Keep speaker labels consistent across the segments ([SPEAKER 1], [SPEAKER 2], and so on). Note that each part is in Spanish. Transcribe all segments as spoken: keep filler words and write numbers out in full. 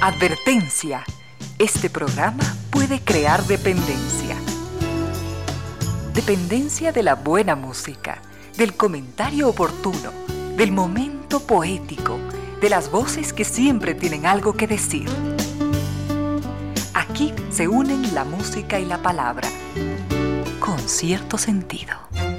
[SPEAKER 1] Advertencia. Este programa puede crear dependencia. Dependencia de la buena música, del comentario oportuno, del momento poético, de las voces que siempre tienen algo que decir. Aquí se unen la música y la palabra, con cierto sentido.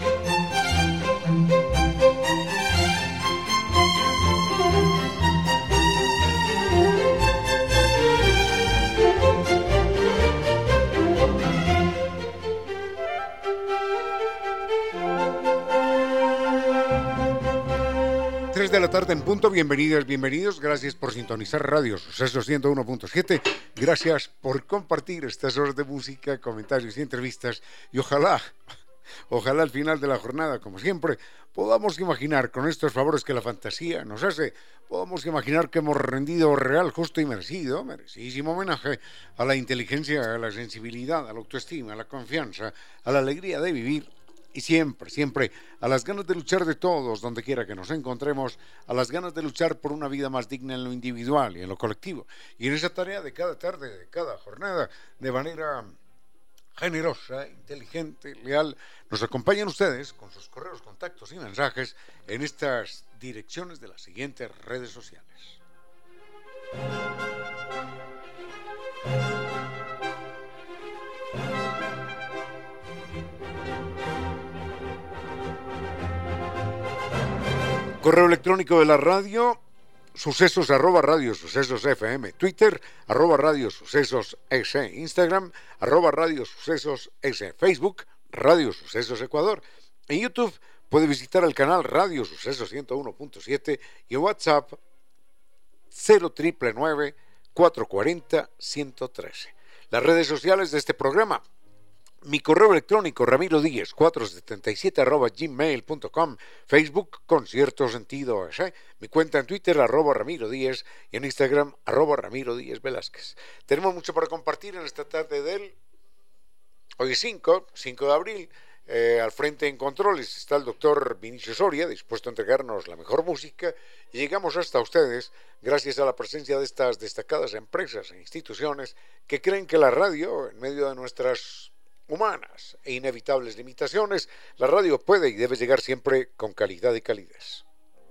[SPEAKER 2] De la tarde en punto, bienvenidas, bienvenidos, gracias por sintonizar Radio Sucesos ciento uno punto siete, gracias por compartir estas horas de música, comentarios y entrevistas, y ojalá, ojalá al final de la jornada, como siempre, podamos imaginar con estos favores que la fantasía nos hace, podamos imaginar que hemos rendido real, justo y merecido, merecidísimo homenaje a la inteligencia, a la sensibilidad, a la autoestima, a la confianza, a la alegría de vivir. Y siempre, siempre, a las ganas de luchar de todos, donde quiera que nos encontremos, a las ganas de luchar por una vida más digna en lo individual y en lo colectivo. Y en esa tarea de cada tarde, de cada jornada, de manera generosa, inteligente, leal, nos acompañan ustedes con sus correos, contactos y mensajes en estas direcciones de las siguientes redes sociales. Correo electrónico de la radio, sucesos arroba radio sucesos fm, Twitter, arroba radio sucesos s, Instagram, arroba radio sucesos s, Facebook, Radio Sucesos Ecuador. En YouTube puede visitar el canal Radio Sucesos ciento uno punto siete y en WhatsApp cero nueve nueve, cuatro cuatro cero, uno uno tres. Las redes sociales de este programa. Mi correo electrónico ramiro díez cuatrocientos setenta y siete arroba gmail punto com, Facebook con cierto sentido, ¿eh? Mi cuenta en Twitter arroba ramiro díez y en Instagram arroba ramiro díez velázquez. Tenemos mucho para compartir en esta tarde del hoy es cinco de abril. Eh, al frente en controles está el doctor Vinicio Soria, dispuesto a entregarnos la mejor música, y llegamos hasta ustedes gracias a la presencia de estas destacadas empresas e instituciones que creen que la radio, en medio de nuestras humanas e inevitables limitaciones, la radio puede y debe llegar siempre con calidad y calidez.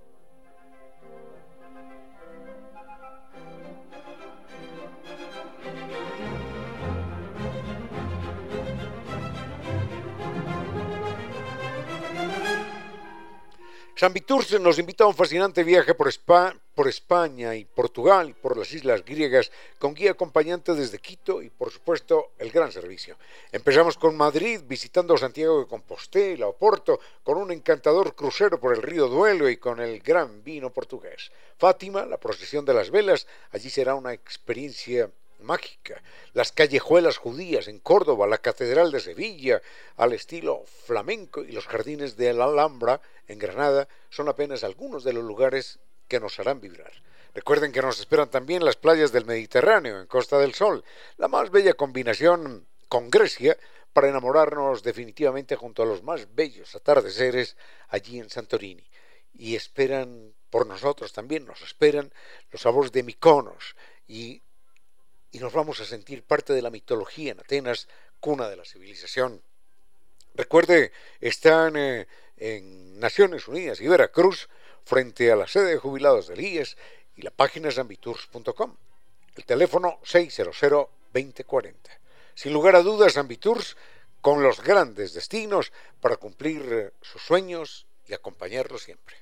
[SPEAKER 2] Sanvitours nos invita a un fascinante viaje por, Spa, por España y Portugal y por las islas griegas con guía acompañante desde Quito y por supuesto el gran servicio. Empezamos con Madrid visitando Santiago de Compostela, Oporto, con un encantador crucero por el río Duelo y con el gran vino portugués. Fátima, la procesión de las velas, allí será una experiencia mágica. Las callejuelas judías en Córdoba, la catedral de Sevilla al estilo flamenco y los jardines de la Alhambra en Granada son apenas algunos de los lugares que nos harán vibrar. Recuerden que nos esperan también las playas del Mediterráneo en Costa del Sol, la más bella combinación con Grecia para enamorarnos definitivamente junto a los más bellos atardeceres allí en Santorini. Y esperan por nosotros también, nos esperan los sabores de Mykonos y y nos vamos a sentir parte de la mitología en Atenas, cuna de la civilización. Recuerde, están eh, en Naciones Unidas y Veracruz, frente a la sede de jubilados del I E S, y la página es sanvitours punto com. El teléfono seis cero cero, veinte cuarenta. Sin lugar a dudas, Sanvitours, con los grandes destinos para cumplir eh, sus sueños y acompañarlos siempre.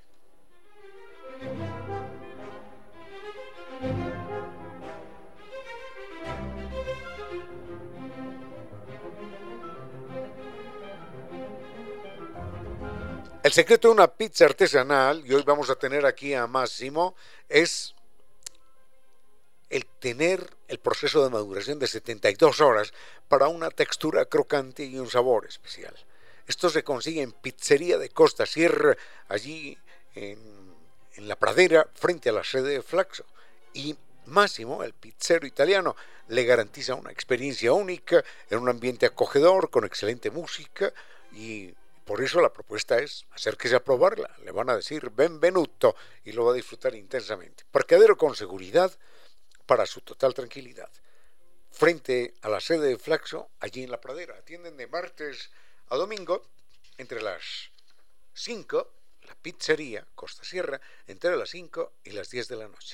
[SPEAKER 2] El secreto de una pizza artesanal, y hoy vamos a tener aquí a Máximo, es el tener el proceso de maduración de setenta y dos horas para una textura crocante y un sabor especial. Esto se consigue en Pizzería de Costa Sierra, allí en, en La Pradera, frente a la sede de Flaxo. Y Máximo, el pizzero italiano, le garantiza una experiencia única en un ambiente acogedor, con excelente música, y por eso la propuesta es acérquese a probarla. Le van a decir benvenuto y lo va a disfrutar intensamente. Parqueadero con seguridad, para su total tranquilidad. Frente a la sede de Flaxo, allí en La Pradera. Atienden de martes a domingo entre las cinco, la pizzería Costa Sierra, entre las cinco y las diez de la noche.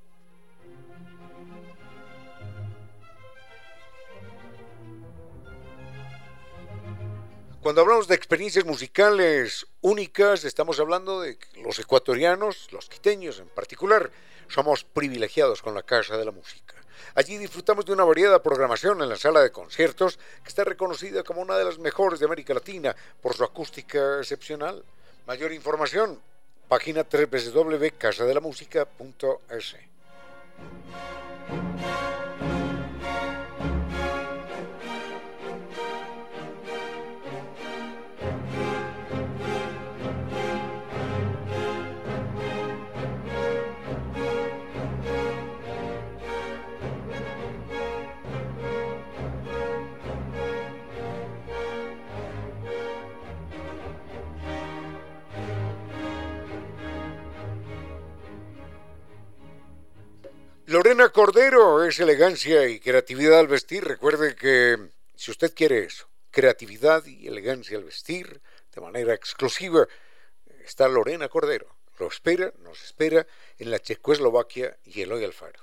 [SPEAKER 2] Cuando hablamos de experiencias musicales únicas, estamos hablando de que los ecuatorianos, los quiteños en particular, somos privilegiados con la Casa de la Música. Allí disfrutamos de una variada programación en la sala de conciertos que está reconocida como una de las mejores de América Latina por su acústica excepcional. Mayor información, página doble u doble u doble u punto casa de la música punto es. Lorena Cordero es elegancia y creatividad al vestir. Recuerde que si usted quiere eso, creatividad y elegancia al vestir de manera exclusiva, está Lorena Cordero. Lo espera, nos espera en la Checoslovaquia y Eloy Alfaro.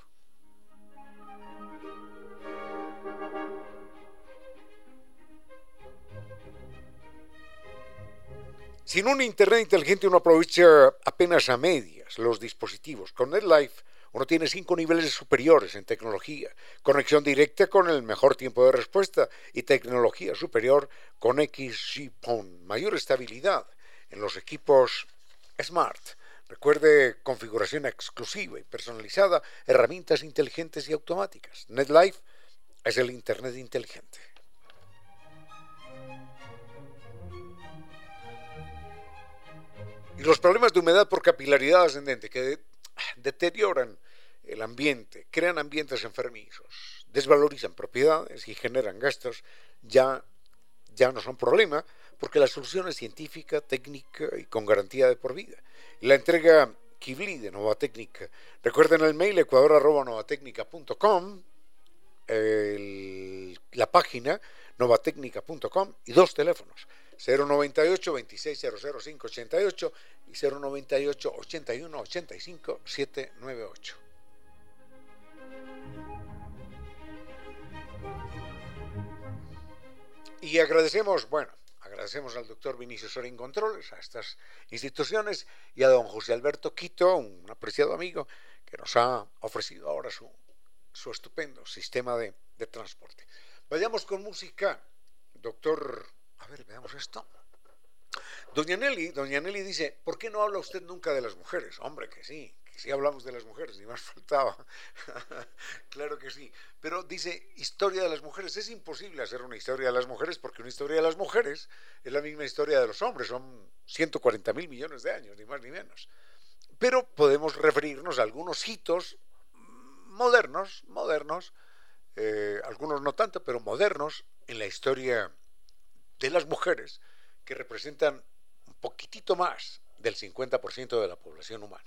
[SPEAKER 2] Sin un internet inteligente uno aprovecha apenas a medias los dispositivos. Con NetLife uno tiene cinco niveles superiores en tecnología, conexión directa con el mejor tiempo de respuesta y tecnología superior con X G P O N, mayor estabilidad en los equipos Smart. Recuerde, configuración exclusiva y personalizada, herramientas inteligentes y automáticas. NetLife es el Internet inteligente. Y los problemas de humedad por capilaridad ascendente que de, deterioran el ambiente, crean ambientes enfermizos, desvalorizan propiedades y generan gastos, ya, ya no son problema, porque la solución es científica, técnica y con garantía de por vida. La entrega Kibli de Nova Técnica. Recuerden el mail ecuador arroba novatecnica punto com, el, la página novatecnica punto com y dos teléfonos, cero noventa y ocho, veintiséis cero cero cinco ochenta y ocho y cero noventa y ocho, ochenta y uno, ochenta y cinco, setecientos noventa y ocho. Y agradecemos, bueno, agradecemos al doctor Vinicio Sorín Controles, a estas instituciones y a don José Alberto Quito, un apreciado amigo que nos ha ofrecido ahora su, su estupendo sistema de, de transporte. Vayamos con música, doctor. A ver, veamos esto. Doña Nelly, doña Nelly dice, ¿por qué no habla usted nunca de las mujeres? Hombre, que sí, que sí hablamos de las mujeres, ni más faltaba. Claro que sí. Pero dice, historia de las mujeres. Es imposible hacer una historia de las mujeres porque una historia de las mujeres es la misma historia de los hombres. Son ciento cuarenta mil millones de años, ni más ni menos. Pero podemos referirnos a algunos hitos modernos, modernos, eh, algunos no tanto, pero modernos en la historia de las mujeres, que representan un poquitito más del cincuenta por ciento de la población humana.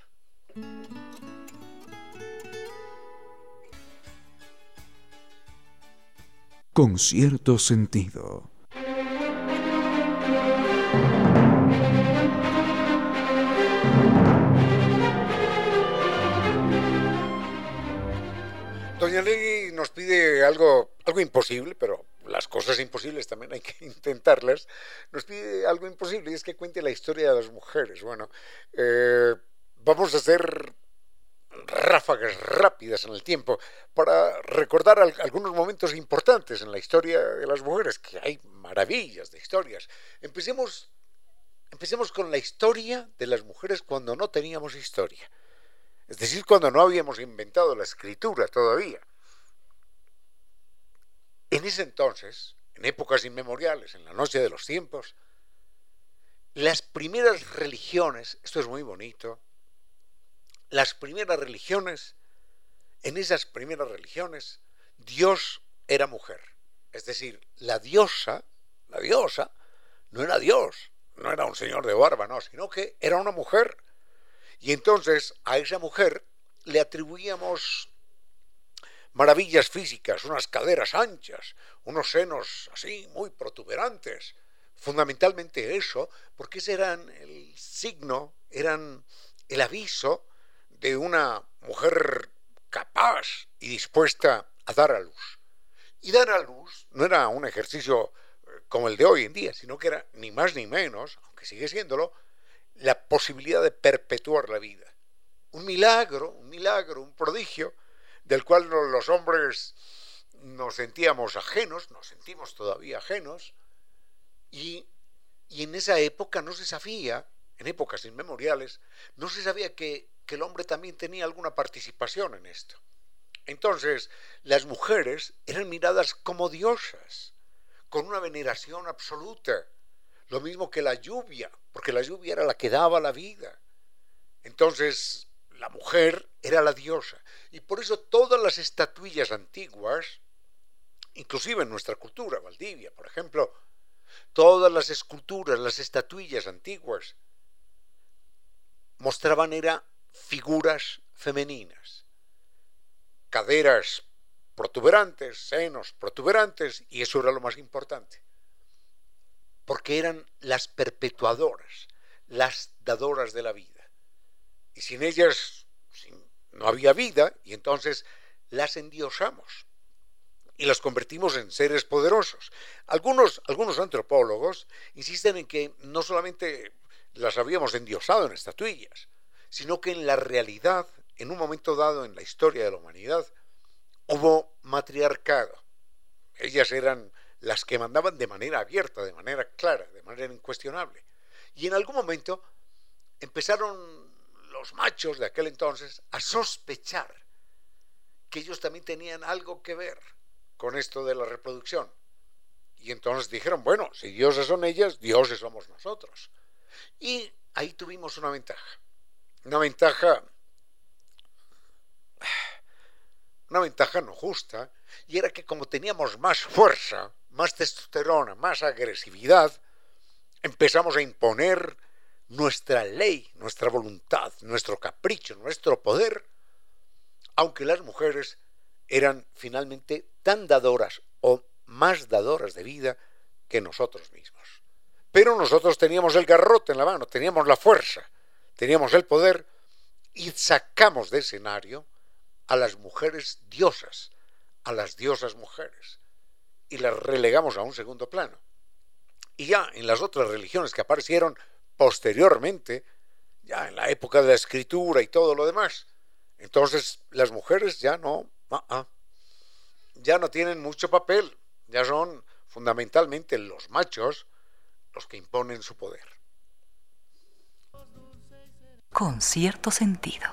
[SPEAKER 3] Con cierto sentido.
[SPEAKER 2] Doña Ley nos pide algo, algo imposible, pero las cosas imposibles también hay que intentarlas. Nos pide algo imposible y es que cuente la historia de las mujeres. Bueno, eh, vamos a hacer ráfagas rápidas en el tiempo para recordar al, algunos momentos importantes en la historia de las mujeres, que hay maravillas de historias. Empecemos, empecemos con la historia de las mujeres cuando no teníamos historia. Es decir, cuando no habíamos inventado la escritura todavía. En ese entonces, en épocas inmemoriales, en la noche de los tiempos, las primeras religiones, esto es muy bonito, las primeras religiones, en esas primeras religiones, Dios era mujer. Es decir, la diosa, la diosa, no era Dios, no era un señor de barba, no, sino que era una mujer. Y entonces a esa mujer le atribuíamos maravillas físicas, unas caderas anchas, unos senos así muy protuberantes. Fundamentalmente eso, porque ese eran el signo, eran el aviso de una mujer capaz y dispuesta a dar a luz. Y dar a luz no era un ejercicio como el de hoy en día, sino que era ni más ni menos, aunque sigue siéndolo, la posibilidad de perpetuar la vida. Un milagro, un milagro, un prodigio, del cual los hombres nos sentíamos ajenos, nos sentimos todavía ajenos, y, y en esa época no se sabía, en épocas inmemoriales, no se sabía que, que el hombre también tenía alguna participación en esto. Entonces, las mujeres eran miradas como diosas, con una veneración absoluta, lo mismo que la lluvia, porque la lluvia era la que daba la vida. Entonces, la mujer era la diosa, y por eso todas las estatuillas antiguas, inclusive en nuestra cultura, Valdivia, por ejemplo, todas las esculturas, las estatuillas antiguas, mostraban era figuras femeninas, caderas protuberantes, senos protuberantes, y eso era lo más importante, porque eran las perpetuadoras, las dadoras de la vida, y sin ellas sin, no había vida, y entonces las endiosamos y las convertimos en seres poderosos. Algunos, algunos antropólogos insisten en que no solamente las habíamos endiosado en estatuillas, sino que en la realidad, en un momento dado en la historia de la humanidad, hubo matriarcado. Ellas eran las que mandaban de manera abierta, de manera clara, de manera incuestionable. Y en algún momento empezaron los machos de aquel entonces a sospechar que ellos también tenían algo que ver con esto de la reproducción. Y entonces dijeron, bueno, si dioses son ellas, dioses somos nosotros. Y ahí tuvimos una ventaja. Una ventaja... Una ventaja no justa, y era que como teníamos más fuerza, más testosterona, más agresividad, empezamos a imponer nuestra ley, nuestra voluntad, nuestro capricho, nuestro poder, aunque las mujeres eran finalmente tan dadoras o más dadoras de vida que nosotros mismos. Pero nosotros teníamos el garrote en la mano, teníamos la fuerza, teníamos el poder, y sacamos de escenario a las mujeres diosas, a las diosas mujeres, y las relegamos a un segundo plano. Y ya en las otras religiones que aparecieron posteriormente, ya en la época de la escritura y todo lo demás, entonces las mujeres ya no, uh-uh, ya no tienen mucho papel, ya son fundamentalmente los machos los que imponen su poder.
[SPEAKER 1] Con cierto sentido.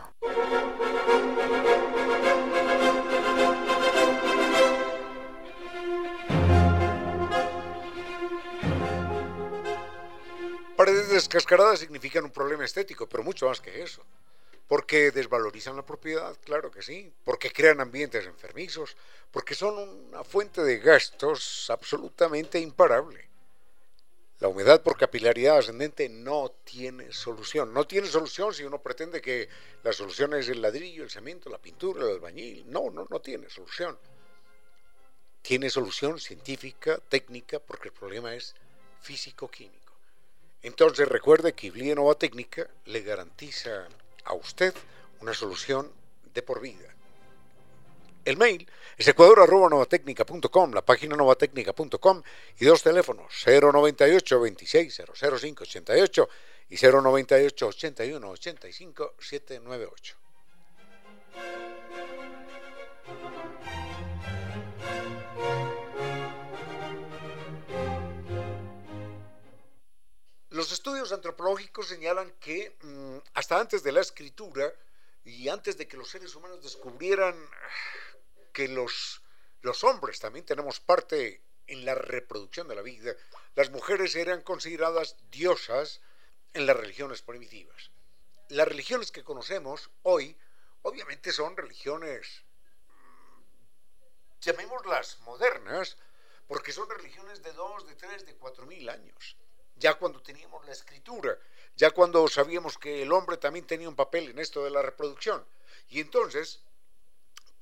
[SPEAKER 2] Paredes descascaradas significan un problema estético, pero mucho más que eso. Porque desvalorizan la propiedad, claro que sí. Porque crean ambientes enfermizos. Porque son una fuente de gastos absolutamente imparable. La humedad por capilaridad ascendente no tiene solución. No tiene solución si uno pretende que la solución es el ladrillo, el cemento, la pintura, el albañil. No, no, no tiene solución. Tiene solución científica, técnica, porque el problema es físico-químico. Entonces recuerde que Iblia Nova Técnica le garantiza a usted una solución de por vida. El mail es ecuador arroba novatecnica punto com, la página novatecnica punto com, y dos teléfonos, cero noventa y ocho veintiséis cero cero cinco ochenta y ocho y cero noventa y ocho ochenta y uno ochenta y cinco setecientos noventa y ocho. Los estudios antropológicos señalan que mmm, hasta antes de la escritura y antes de que los seres humanos descubrieran que los, los hombres también tenemos parte en la reproducción de la vida, las mujeres eran consideradas diosas en las religiones primitivas. Las religiones que conocemos hoy, obviamente son religiones, llamémoslas modernas, porque son religiones de dos, de tres, de cuatro mil años. Ya cuando teníamos la escritura, ya cuando sabíamos que el hombre también tenía un papel en esto de la reproducción. Y entonces,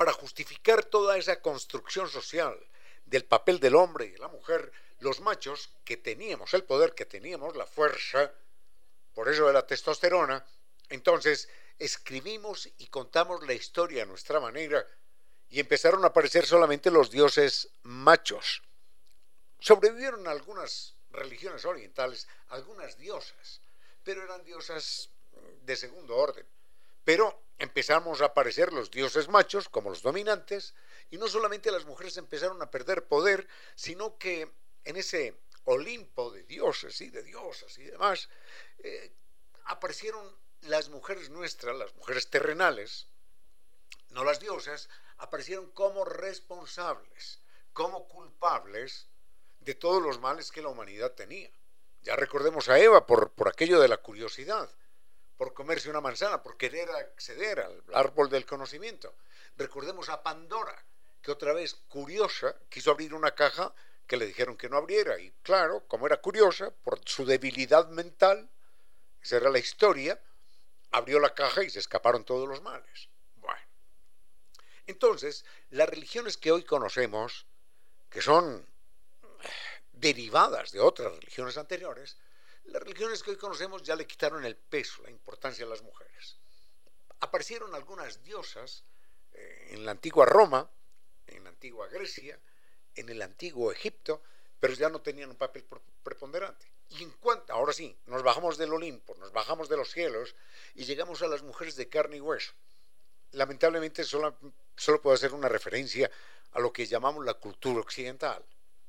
[SPEAKER 2] para justificar toda esa construcción social del papel del hombre y de la mujer, los machos que teníamos el poder, que teníamos la fuerza, por eso de la testosterona, entonces escribimos y contamos la historia a nuestra manera y empezaron a aparecer solamente los dioses machos. Sobrevivieron algunas religiones orientales, algunas diosas, pero eran diosas de segundo orden. Pero empezamos a aparecer los dioses machos como los dominantes, y no solamente las mujeres empezaron a perder poder, sino que en ese Olimpo de dioses y de diosas y demás, eh, aparecieron las mujeres nuestras, las mujeres terrenales, no las diosas, aparecieron como responsables, como culpables de todos los males que la humanidad tenía. Ya recordemos a Eva por, por aquello de la curiosidad, por comerse una manzana, por querer acceder al árbol del conocimiento. Recordemos a Pandora, que otra vez curiosa quiso abrir una caja que le dijeron que no abriera, y claro, como era curiosa, por su debilidad mental, esa era la historia, abrió la caja y se escaparon todos los males. Bueno, entonces, las religiones que hoy conocemos, que son derivadas de otras religiones anteriores, las religiones que hoy conocemos ya le quitaron el peso, la importancia a las mujeres. Aparecieron algunas diosas eh, en la antigua Roma, en la antigua Grecia, en el antiguo Egipto, pero ya no tenían un papel preponderante. Y en cuanto, ahora sí, nos bajamos del Olimpo, nos bajamos de los cielos y llegamos a las mujeres de carne y hueso. Lamentablemente solo, solo puedo hacer una referencia a lo que llamamos la cultura occidental.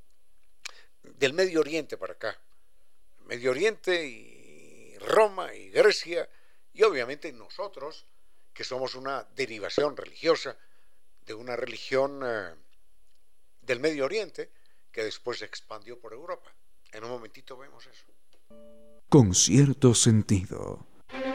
[SPEAKER 2] Del Medio Oriente para acá. Medio Oriente y Roma y Grecia, y obviamente nosotros, que somos una derivación religiosa de una religión eh, del Medio Oriente, que después se expandió por Europa. En un momentito vemos eso.
[SPEAKER 3] Con cierto sentido.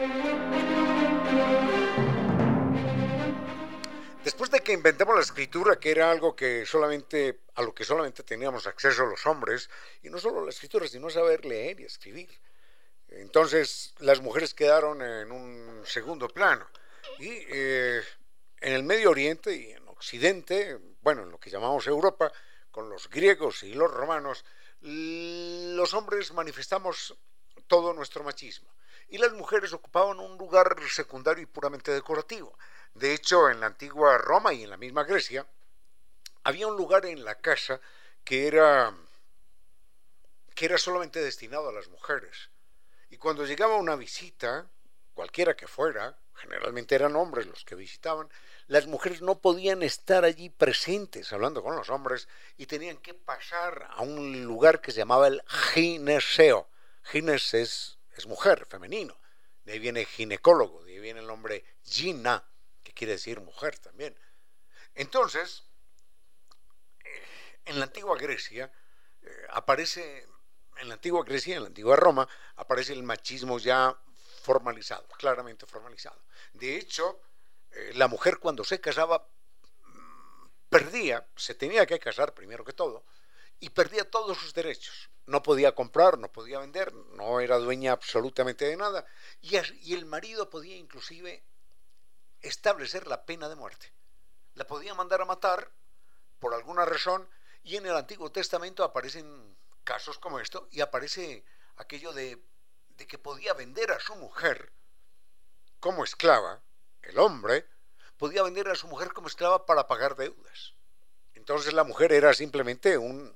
[SPEAKER 2] Después de que inventamos la escritura, que era algo que solamente, a lo que solamente teníamos acceso los hombres, y no solo la escritura, sino saber leer y escribir, entonces las mujeres quedaron en un segundo plano. Y eh, en el Medio Oriente y en Occidente, bueno, en lo que llamamos Europa, con los griegos y los romanos, los hombres manifestamos todo nuestro machismo, y las mujeres ocupaban un lugar secundario y puramente decorativo. De hecho, en la antigua Roma y en la misma Grecia, había un lugar en la casa que era, que era solamente destinado a las mujeres. Y cuando llegaba una visita, cualquiera que fuera, generalmente eran hombres los que visitaban, las mujeres no podían estar allí presentes hablando con los hombres y tenían que pasar a un lugar que se llamaba el gineceo. Gines es, es mujer, femenino. De ahí viene ginecólogo, de ahí viene el nombre gina, que quiere decir mujer también. Entonces, en la antigua Grecia eh, aparece, en la antigua Grecia, en la antigua Roma, aparece el machismo ya formalizado, claramente formalizado. De hecho, eh, la mujer cuando se casaba perdía, se tenía que casar primero que todo, y perdía todos sus derechos. No podía comprar, no podía vender, no era dueña absolutamente de nada, y, y el marido podía inclusive establecer la pena de muerte. La podía mandar a matar por alguna razón, y en el Antiguo Testamento aparecen casos como esto, y aparece aquello de, de que podía vender a su mujer como esclava. El hombre podía vender a su mujer como esclava para pagar deudas. Entonces la mujer era simplemente un...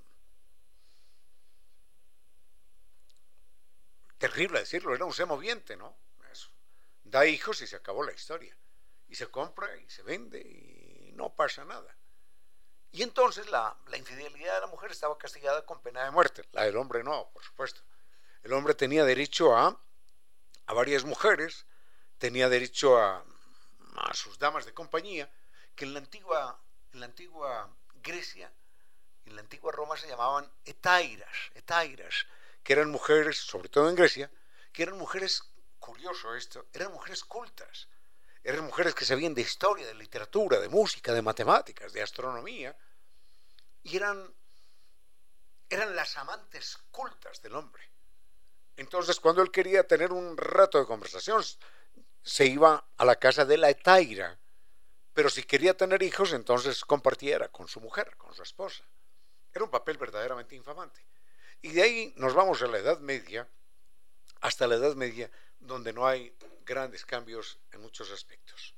[SPEAKER 2] terrible decirlo, era un semoviente, ¿no? Eso. Da hijos y se acabó la historia. Y se compra y se vende y no pasa nada. Y entonces la, la infidelidad de la mujer estaba castigada con pena de muerte. La del hombre no, por supuesto. El hombre tenía derecho a, a varias mujeres, tenía derecho a, a sus damas de compañía, que en la antigua, en la antigua Grecia, en la antigua Roma se llamaban etairas, etairas, que eran mujeres, sobre todo en Grecia, que eran mujeres, curioso esto, eran mujeres cultas, eran mujeres que sabían de historia, de literatura, de música, de matemáticas, de astronomía, y eran, eran las amantes cultas del hombre. Entonces, cuando él quería tener un rato de conversación, se iba a la casa de la etaira, pero si quería tener hijos, entonces compartiera con su mujer, con su esposa. Era un papel verdaderamente infamante. Y de ahí nos vamos a la Edad Media, hasta la Edad Media, donde no hay grandes cambios en muchos aspectos.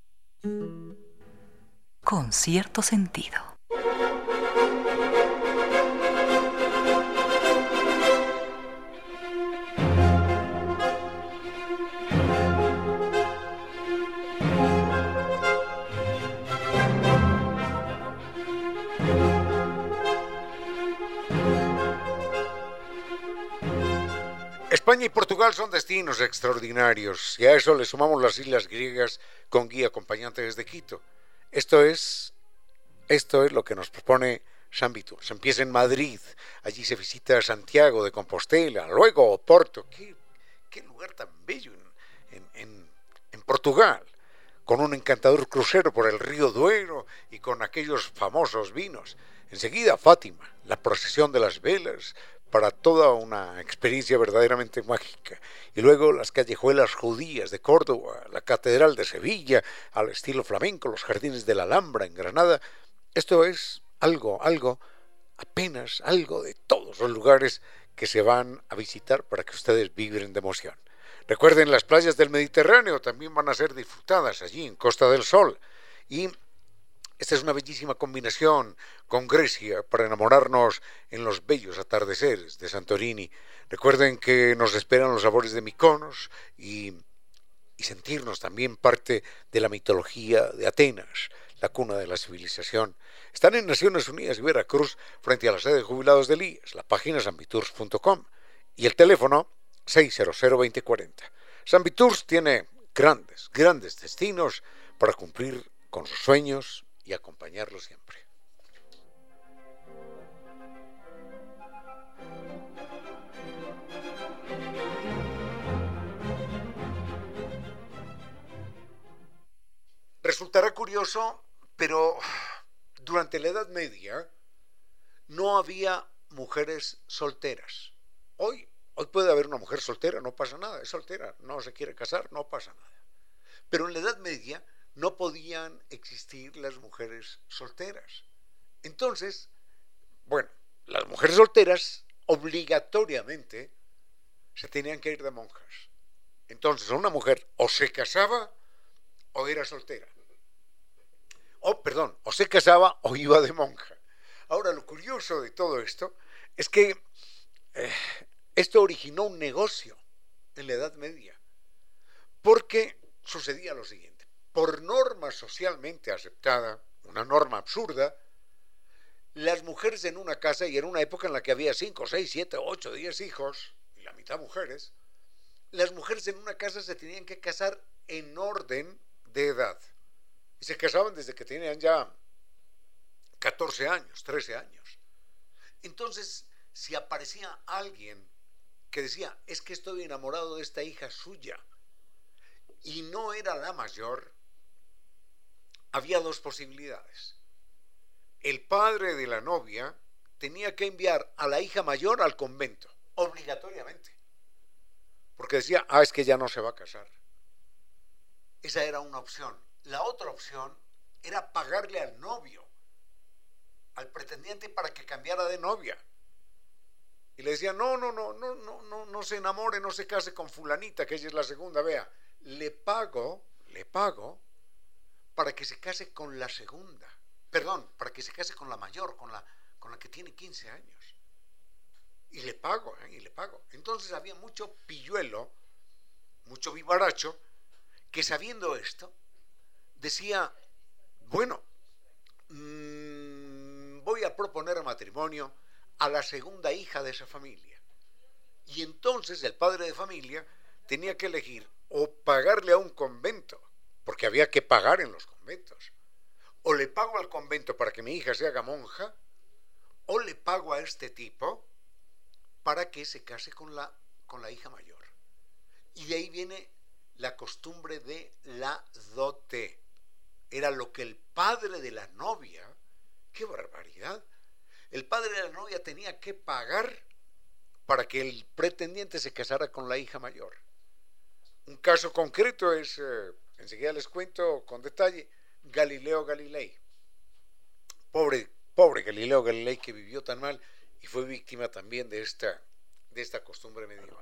[SPEAKER 1] Con cierto sentido.
[SPEAKER 2] España y Portugal son destinos extraordinarios y a eso le sumamos las islas griegas con guía acompañante desde Quito. Esto es, esto es lo que nos propone Xambi Tour. Se empieza en Madrid, allí se visita Santiago de Compostela, luego Oporto. Qué, qué lugar tan bello en, en, en, en Portugal, con un encantador crucero por el río Duero y con aquellos famosos vinos. Enseguida Fátima, la procesión de las velas, para toda una experiencia verdaderamente mágica. Y luego las callejuelas judías de Córdoba, la Catedral de Sevilla, al estilo flamenco, los jardines de la Alhambra en Granada. Esto es algo, algo, apenas algo de todos los lugares que se van a visitar para que ustedes vibren de emoción. Recuerden, las playas del Mediterráneo también van a ser disfrutadas allí en Costa del Sol. Y esta es una bellísima combinación con Grecia para enamorarnos en los bellos atardeceres de Santorini. Recuerden que nos esperan los sabores de Mykonos y, y sentirnos también parte de la mitología de Atenas, la cuna de la civilización. Están en Naciones Unidas y Veracruz frente a la sede de jubilados del I E S, la página xambitours punto com y el teléfono seis cero cero veinte cuarenta. Xambi Tours tiene grandes, grandes destinos para cumplir con sus sueños y acompañarlo siempre. Resultará curioso, pero durante la Edad Media no había mujeres solteras. Hoy, hoy puede haber una mujer soltera, no pasa nada, es soltera, no se quiere casar, no pasa nada. Pero en la Edad Media no podían existir las mujeres solteras. Entonces, bueno, las mujeres solteras obligatoriamente se tenían que ir de monjas. Entonces, una mujer o se casaba o era soltera. O, perdón, o se casaba o iba de monja. Ahora, lo curioso de todo esto es que eh, esto originó un negocio en la Edad Media, porque sucedía lo siguiente. Por norma socialmente aceptada, una norma absurda, las mujeres en una casa, y en una época en la que había cinco, seis, siete, ocho, diez hijos, y la mitad mujeres, las mujeres en una casa se tenían que casar en orden de edad. Y se casaban desde que tenían ya catorce años, trece años. Entonces, si aparecía alguien que decía, es que estoy enamorado de esta hija suya, y no era la mayor, había dos posibilidades. El padre de la novia tenía que enviar a la hija mayor al convento, obligatoriamente, porque decía, ah, es que ya no se va a casar. Esa era una opción. La otra opción era pagarle al novio, al pretendiente, para que cambiara de novia. Y le decía, no, no, no, no, no, no, no se enamore, no se case con fulanita, que ella es la segunda, vea, le pago, le pago, para que se case con la segunda, perdón, para que se case con la mayor, con la, con la que tiene quince años. Y le pago, ¿eh? y le pago. Entonces había mucho pilluelo, mucho vivaracho, que sabiendo esto, decía, bueno, mmm, voy a proponer matrimonio a la segunda hija de esa familia. Y entonces el padre de familia tenía que elegir o pagarle a un convento, porque había que pagar en los conventos, o le pago al convento para que mi hija se haga monja, o le pago a este tipo para que se case con la, con la hija mayor. Y de ahí viene la costumbre de la dote. Era lo que el padre de la novia, ¡qué barbaridad! El padre de la novia tenía que pagar para que el pretendiente se casara con la hija mayor. Un caso concreto es, eh, enseguida les cuento con detalle, Galileo Galilei. Pobre, pobre Galileo Galilei, que vivió tan mal y fue víctima también de esta, de esta costumbre medieval.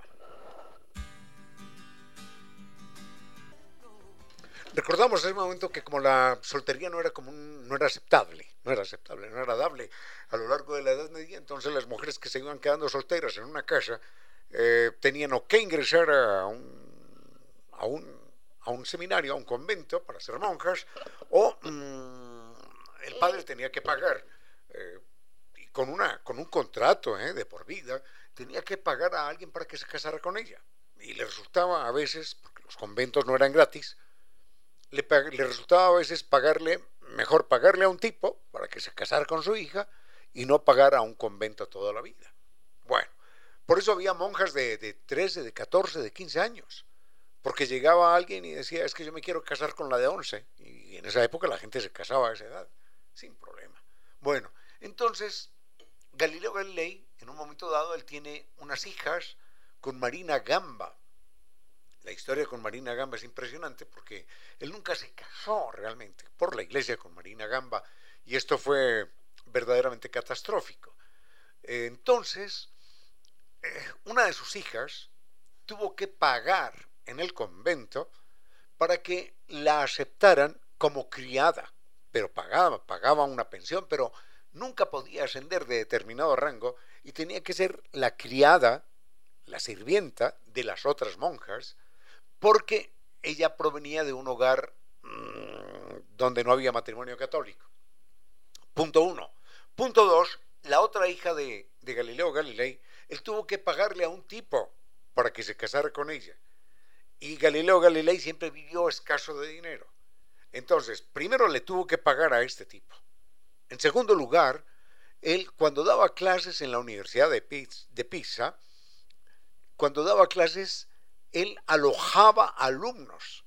[SPEAKER 2] Recordamos en ese momento que como la soltería no era común, no era aceptable, no era aceptable, no era dable a lo largo de la Edad Media, entonces las mujeres que se iban quedando solteras en una casa eh, tenían o que ingresar a un, a, un, a un seminario, a un convento para ser monjas, o mmm, el padre tenía que pagar, eh, y con, una, con un contrato eh, de por vida, tenía que pagar a alguien para que se casara con ella. Y le resultaba a veces, porque los conventos no eran gratis, Le, le resultaba a veces pagarle, mejor pagarle a un tipo para que se casara con su hija y no pagar a un convento toda la vida. Bueno, por eso había monjas de, de trece, de catorce, de quince años, porque llegaba alguien y decía, es que yo me quiero casar con la de once, y en esa época la gente se casaba a esa edad, sin problema. Bueno, entonces Galileo Galilei, en un momento dado, él tiene unas hijas con Marina Gamba. La historia con Marina Gamba es impresionante porque él nunca se casó realmente por la iglesia con Marina Gamba y esto fue verdaderamente catastrófico. Entonces, una de sus hijas tuvo que pagar en el convento para que la aceptaran como criada, pero pagaba, pagaba una pensión, pero nunca podía ascender de determinado rango y tenía que ser la criada, la sirvienta de las otras monjas, porque ella provenía de un hogar mmm, donde no había matrimonio católico. Punto uno. Punto dos, la otra hija de, de Galileo Galilei, él tuvo que pagarle a un tipo para que se casara con ella. Y Galileo Galilei siempre vivió escaso de dinero. Entonces, primero le tuvo que pagar a este tipo. En segundo lugar, él cuando daba clases en la Universidad de Pisa, de Pisa cuando daba clases, él alojaba alumnos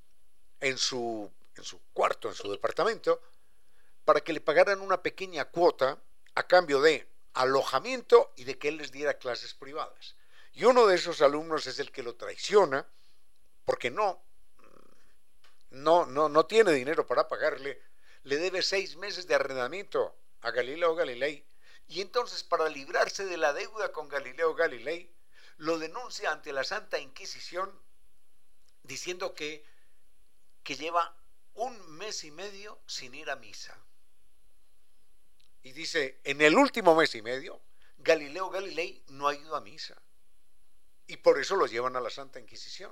[SPEAKER 2] en su, en su cuarto, en su departamento, para que le pagaran una pequeña cuota a cambio de alojamiento y de que él les diera clases privadas. Y uno de esos alumnos es el que lo traiciona, porque no, no, no, no tiene dinero para pagarle, le debe seis meses de arrendamiento a Galileo Galilei, y entonces para librarse de la deuda con Galileo Galilei, lo denuncia ante la Santa Inquisición diciendo que, que lleva un mes y medio sin ir a misa. Y dice, en el último mes y medio, Galileo Galilei no ha ido a misa. Y por eso lo llevan a la Santa Inquisición.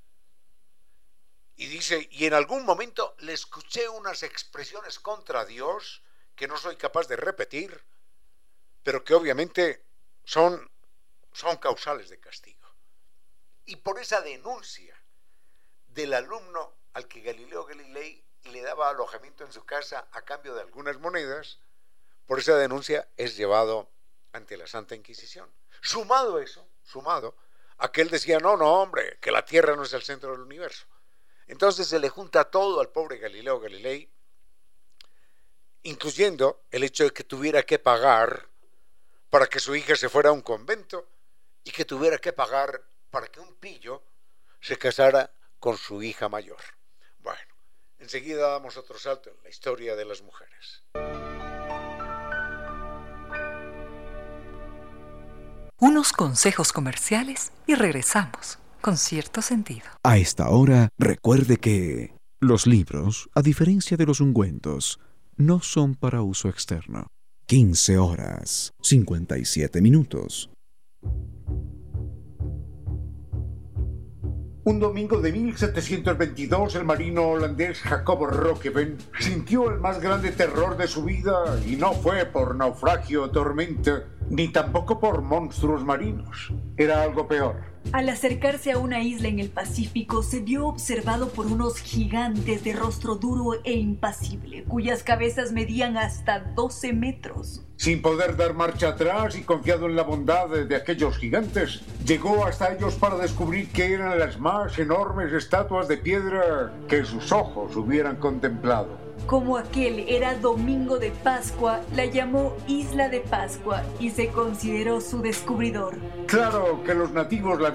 [SPEAKER 2] Y dice, y en algún momento le escuché unas expresiones contra Dios que no soy capaz de repetir, pero que obviamente son... son causales de castigo. Y por esa denuncia del alumno al que Galileo Galilei le daba alojamiento en su casa a cambio de algunas monedas, por esa denuncia es llevado ante la Santa Inquisición. Sumado a eso, sumado a que él decía, no, no, hombre, que la Tierra no es el centro del universo. Entonces se le junta todo al pobre Galileo Galilei, incluyendo el hecho de que tuviera que pagar para que su hija se fuera a un convento, y que tuviera que pagar para que un pillo se casara con su hija mayor. Bueno, enseguida damos otro salto en la historia de las mujeres.
[SPEAKER 1] Unos consejos comerciales y regresamos con cierto sentido.
[SPEAKER 3] A esta hora, recuerde que los libros, a diferencia de los ungüentos, no son para uso externo. quince horas, cincuenta y siete minutos.
[SPEAKER 2] Un domingo de mil setecientos veintidós, el marino holandés Jacob Roggeveen sintió el más grande terror de su vida, y no fue por naufragio o tormenta, ni tampoco por monstruos marinos. Era algo peor.
[SPEAKER 4] Al acercarse a una isla en el Pacífico, se vio observado por unos gigantes de rostro duro e impasible, cuyas cabezas medían hasta doce metros.
[SPEAKER 2] Sin poder dar marcha atrás y confiado en la bondad de aquellos gigantes, llegó hasta ellos para descubrir que eran las más enormes estatuas de piedra que sus ojos hubieran contemplado.
[SPEAKER 4] Como aquel era domingo de Pascua, la llamó Isla de Pascua y se consideró su descubridor.
[SPEAKER 2] Claro que los nativos la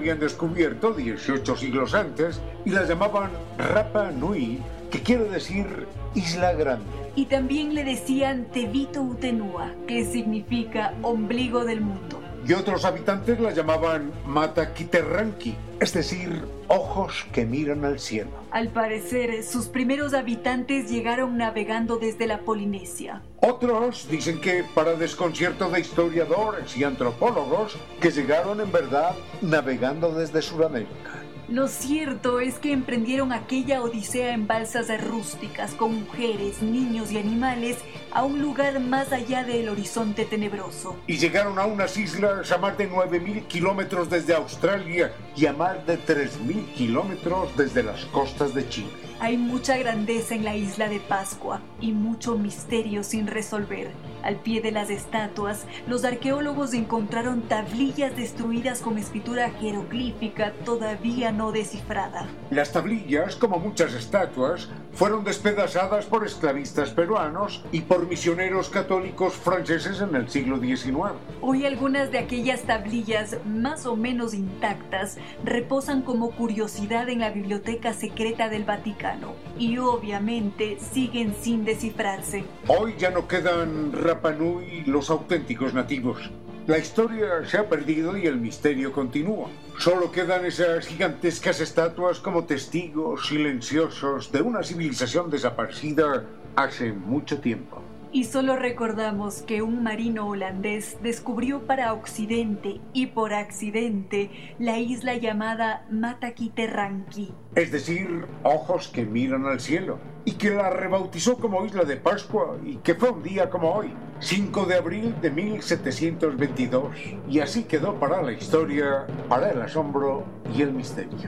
[SPEAKER 2] habían descubierto dieciocho siglos antes y la llamaban Rapa Nui, que quiere decir Isla Grande.
[SPEAKER 4] Y también le decían Tevito Utenua, que significa ombligo del mundo.
[SPEAKER 2] Y otros habitantes la llamaban Mata Kiterranki, es decir, ojos que miran al cielo.
[SPEAKER 4] Al parecer, sus primeros habitantes llegaron navegando desde la Polinesia.
[SPEAKER 2] Otros dicen que, para desconcierto de historiadores y antropólogos, que llegaron en verdad navegando desde Sudamérica.
[SPEAKER 4] Lo cierto es que emprendieron aquella odisea en balsas rústicas con mujeres, niños y animales a un lugar más allá del horizonte tenebroso.
[SPEAKER 2] Y llegaron a unas islas a más de nueve mil kilómetros desde Australia y a más de tres mil kilómetros desde las costas de Chile.
[SPEAKER 4] Hay mucha grandeza en la isla de Pascua y mucho misterio sin resolver. Al pie de las estatuas, los arqueólogos encontraron tablillas destruidas con escritura jeroglífica todavía no descifrada.
[SPEAKER 2] Las tablillas, como muchas estatuas, fueron despedazadas por esclavistas peruanos y por misioneros católicos franceses en el siglo diecinueve.
[SPEAKER 4] Hoy algunas de aquellas tablillas, más o menos intactas, reposan como curiosidad en la biblioteca secreta del Vaticano y obviamente siguen sin descifrarse.
[SPEAKER 2] Hoy ya no quedan Rapa Nui los auténticos nativos. La historia se ha perdido y el misterio continúa. Solo quedan esas gigantescas estatuas como testigos silenciosos de una civilización desaparecida hace mucho tiempo.
[SPEAKER 4] Y solo recordamos que un marino holandés descubrió para Occidente y por accidente la isla llamada Mata Kiterranki.
[SPEAKER 2] Es decir, ojos que miran al cielo, y que la rebautizó como Isla de Pascua y que fue un día como hoy, cinco de abril de mil setecientos veintidós, y así quedó para la historia, para el asombro y el misterio.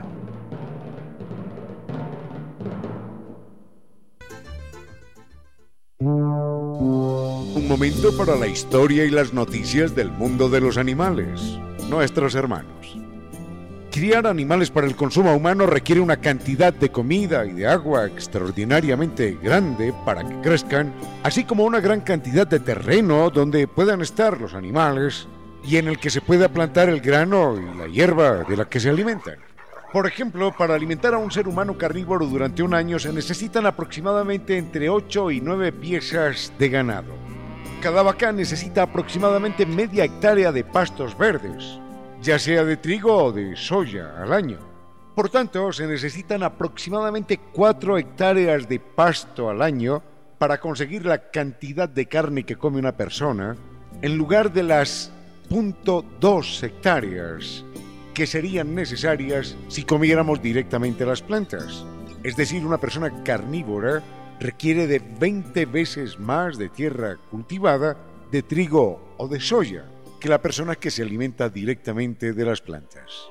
[SPEAKER 2] Un momento para la historia y las noticias del mundo de los animales, nuestros hermanos. Criar animales para el consumo humano requiere una cantidad de comida y de agua extraordinariamente grande para que crezcan, así como una gran cantidad de terreno donde puedan estar los animales y en el que se pueda plantar el grano y la hierba de la que se alimentan. Por ejemplo, para alimentar a un ser humano carnívoro durante un año se necesitan aproximadamente entre ocho y nueve piezas de ganado. Cada vaca necesita aproximadamente media hectárea de pastos verdes, ya sea de trigo o de soya al año. Por tanto, se necesitan aproximadamente cuatro hectáreas de pasto al año para conseguir la cantidad de carne que come una persona, en lugar de las cero punto dos hectáreas que serían necesarias si comiéramos directamente las plantas. Es decir, una persona carnívora requiere de veinte veces más de tierra cultivada, de trigo o de soya, que la persona que se alimenta directamente de las plantas.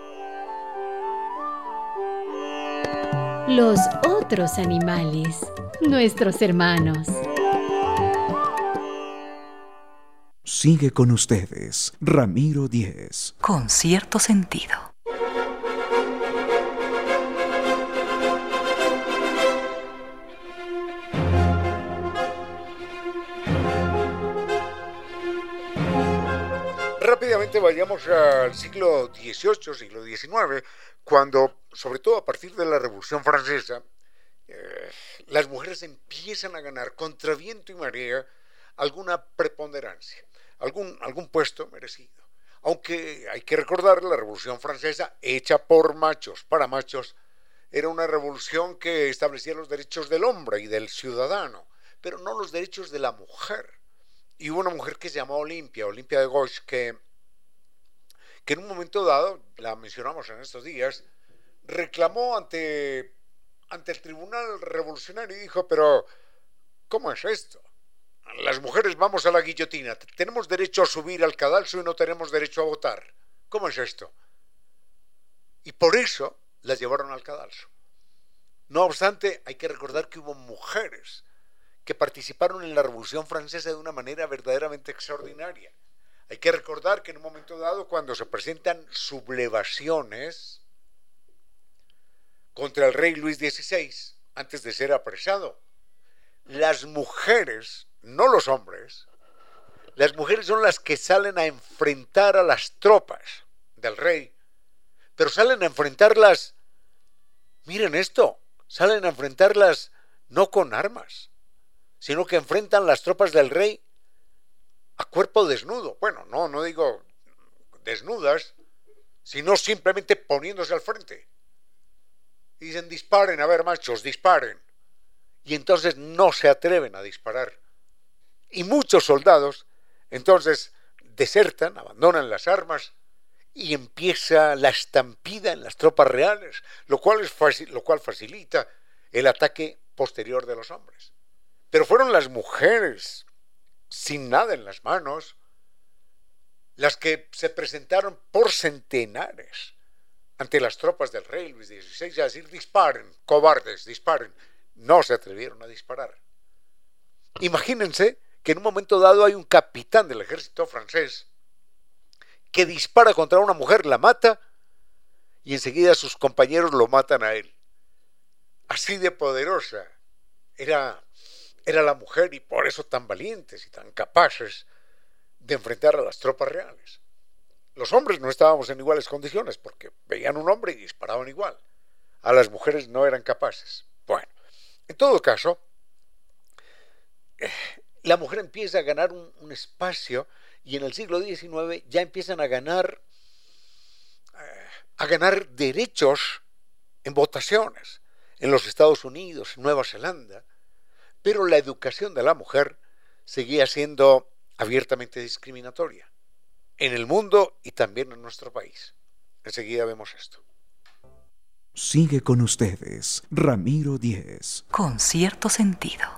[SPEAKER 5] Los otros animales, nuestros hermanos.
[SPEAKER 3] Sigue con ustedes, Ramiro Díez.
[SPEAKER 1] Con cierto sentido.
[SPEAKER 2] Rápidamente vayamos al siglo dieciocho, siglo diecinueve, cuando, sobre todo a partir de la Revolución Francesa, eh, las mujeres empiezan a ganar contra viento y marea alguna preponderancia, algún, algún puesto merecido. Aunque hay que recordar, la Revolución Francesa, hecha por machos para machos, era una revolución que establecía los derechos del hombre y del ciudadano, pero no los derechos de la mujer. Y hubo una mujer que se llamó Olimpia, Olimpia de Gauche, que, que en un momento dado, la mencionamos en estos días, reclamó ante, ante el tribunal revolucionario y dijo, pero ¿cómo es esto? Las mujeres vamos a la guillotina, tenemos derecho a subir al cadalso y no tenemos derecho a votar. ¿Cómo es esto? Y por eso las llevaron al cadalso. No obstante, hay que recordar que hubo mujeres que participaron en la Revolución Francesa de una manera verdaderamente extraordinaria. Hay que recordar que en un momento dado, cuando se presentan sublevaciones contra el rey Luis dieciséis, antes de ser apresado, las mujeres, no los hombres, las mujeres son las que salen a enfrentar a las tropas del rey pero salen a enfrentarlas, miren esto, salen a enfrentarlas no con armas, sino que enfrentan las tropas del rey a cuerpo desnudo. Bueno, no, no digo desnudas, sino simplemente poniéndose al frente. Y dicen, disparen, a ver, machos, disparen. Y entonces no se atreven a disparar. Y muchos soldados, entonces, desertan, abandonan las armas, y empieza la estampida en las tropas reales, lo cual, es fácil, lo cual facilita el ataque posterior de los hombres. Pero fueron las mujeres, sin nada en las manos, las que se presentaron por centenares ante las tropas del rey Luis dieciséis a decir, disparen, cobardes, disparen. No se atrevieron a disparar. Imagínense que en un momento dado hay un capitán del ejército francés que dispara contra una mujer, la mata, y enseguida sus compañeros lo matan a él. Así de poderosa era, era la mujer, y por eso tan valientes y tan capaces de enfrentar a las tropas reales. Los hombres no estábamos en iguales condiciones, porque veían un hombre y disparaban igual. A las mujeres no eran capaces. Bueno, en todo caso, la mujer empieza a ganar un, un espacio, y en el siglo diecinueve ya empiezan a ganar, a ganar derechos en votaciones en los Estados Unidos, en Nueva Zelanda, pero la educación de la mujer seguía siendo abiertamente discriminatoria en el mundo y también en nuestro país. Enseguida vemos esto.
[SPEAKER 3] Sigue con ustedes, Ramiro Díez.
[SPEAKER 1] Con cierto sentido.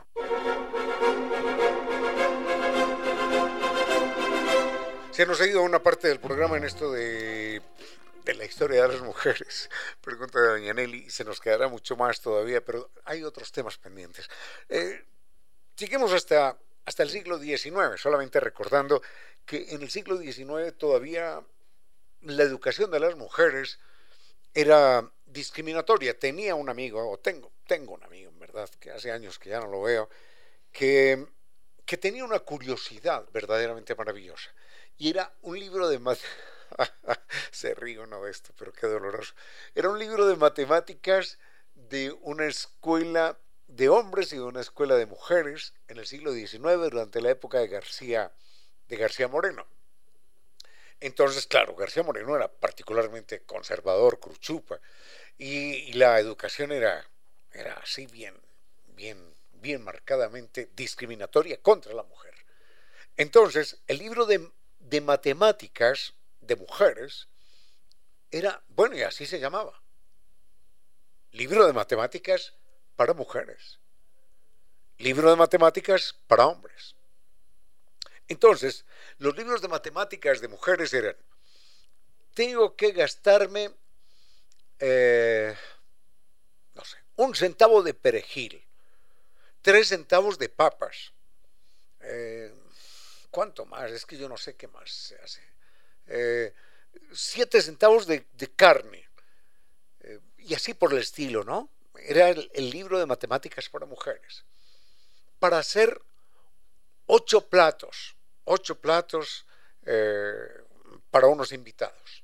[SPEAKER 2] Se nos ha ido una parte del programa en esto de, de la historia de las mujeres. Pregunta de doña Nelly, se nos quedará mucho más todavía, pero hay otros temas pendientes. Eh, lleguemos hasta, hasta el siglo diecinueve, solamente recordando que en el siglo diecinueve todavía la educación de las mujeres era discriminatoria. Tenía un amigo, o tengo, tengo un amigo, en verdad, que hace años que ya no lo veo, que, que tenía una curiosidad verdaderamente maravillosa. Y era un libro de matemáticas, se ríe uno de esto, pero qué doloroso. Era un libro de matemáticas de una escuela de hombres y de una escuela de mujeres en el siglo diecinueve, durante la época de García, de García Moreno. Entonces, claro, García Moreno era particularmente conservador, cruchupa, y, y la educación era, era así bien, bien, bien marcadamente discriminatoria contra la mujer. Entonces, el libro de de matemáticas de mujeres era, bueno, y así se llamaba, libro de matemáticas para mujeres, libro de matemáticas para hombres. Entonces, los libros de matemáticas de mujeres eran, tengo que gastarme, eh, no sé, un centavo de perejil, tres centavos de papas, eh, ¿cuánto más? Es que yo no sé qué más se hace. Eh, siete centavos de, de carne. Eh, y así por el estilo, ¿no? Era el, el libro de matemáticas para mujeres. Para hacer ocho platos. Ocho platos eh, para unos invitados.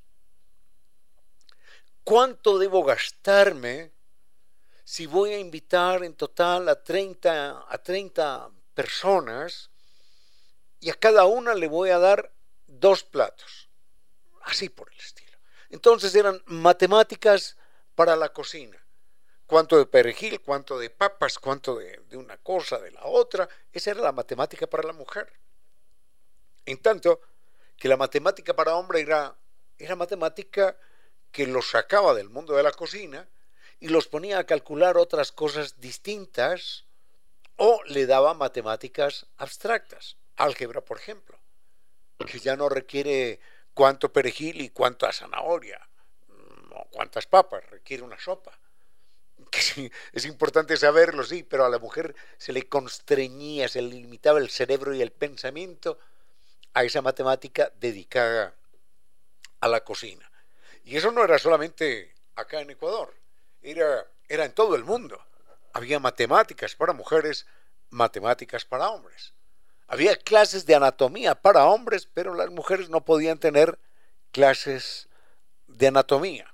[SPEAKER 2] ¿Cuánto debo gastarme si voy a invitar en total a treinta, a treinta personas? Y a cada una le voy a dar dos platos, así por el estilo. Entonces eran matemáticas para la cocina. Cuánto de perejil, cuánto de papas, cuánto de, de una cosa, de la otra. Esa era la matemática para la mujer. En tanto que la matemática para hombre era, era matemática que los sacaba del mundo de la cocina y los ponía a calcular otras cosas distintas, o le daba matemáticas abstractas. Álgebra, por ejemplo, que ya no requiere cuánto perejil y cuánta zanahoria, o cuántas papas, requiere una sopa. Que sí, es importante saberlo, sí, pero a la mujer se le constreñía, se le limitaba el cerebro y el pensamiento a esa matemática dedicada a la cocina. Y eso no era solamente acá en Ecuador, era, era en todo el mundo. Había matemáticas para mujeres, matemáticas para hombres. Había clases de anatomía para hombres, pero las mujeres no podían tener clases de anatomía.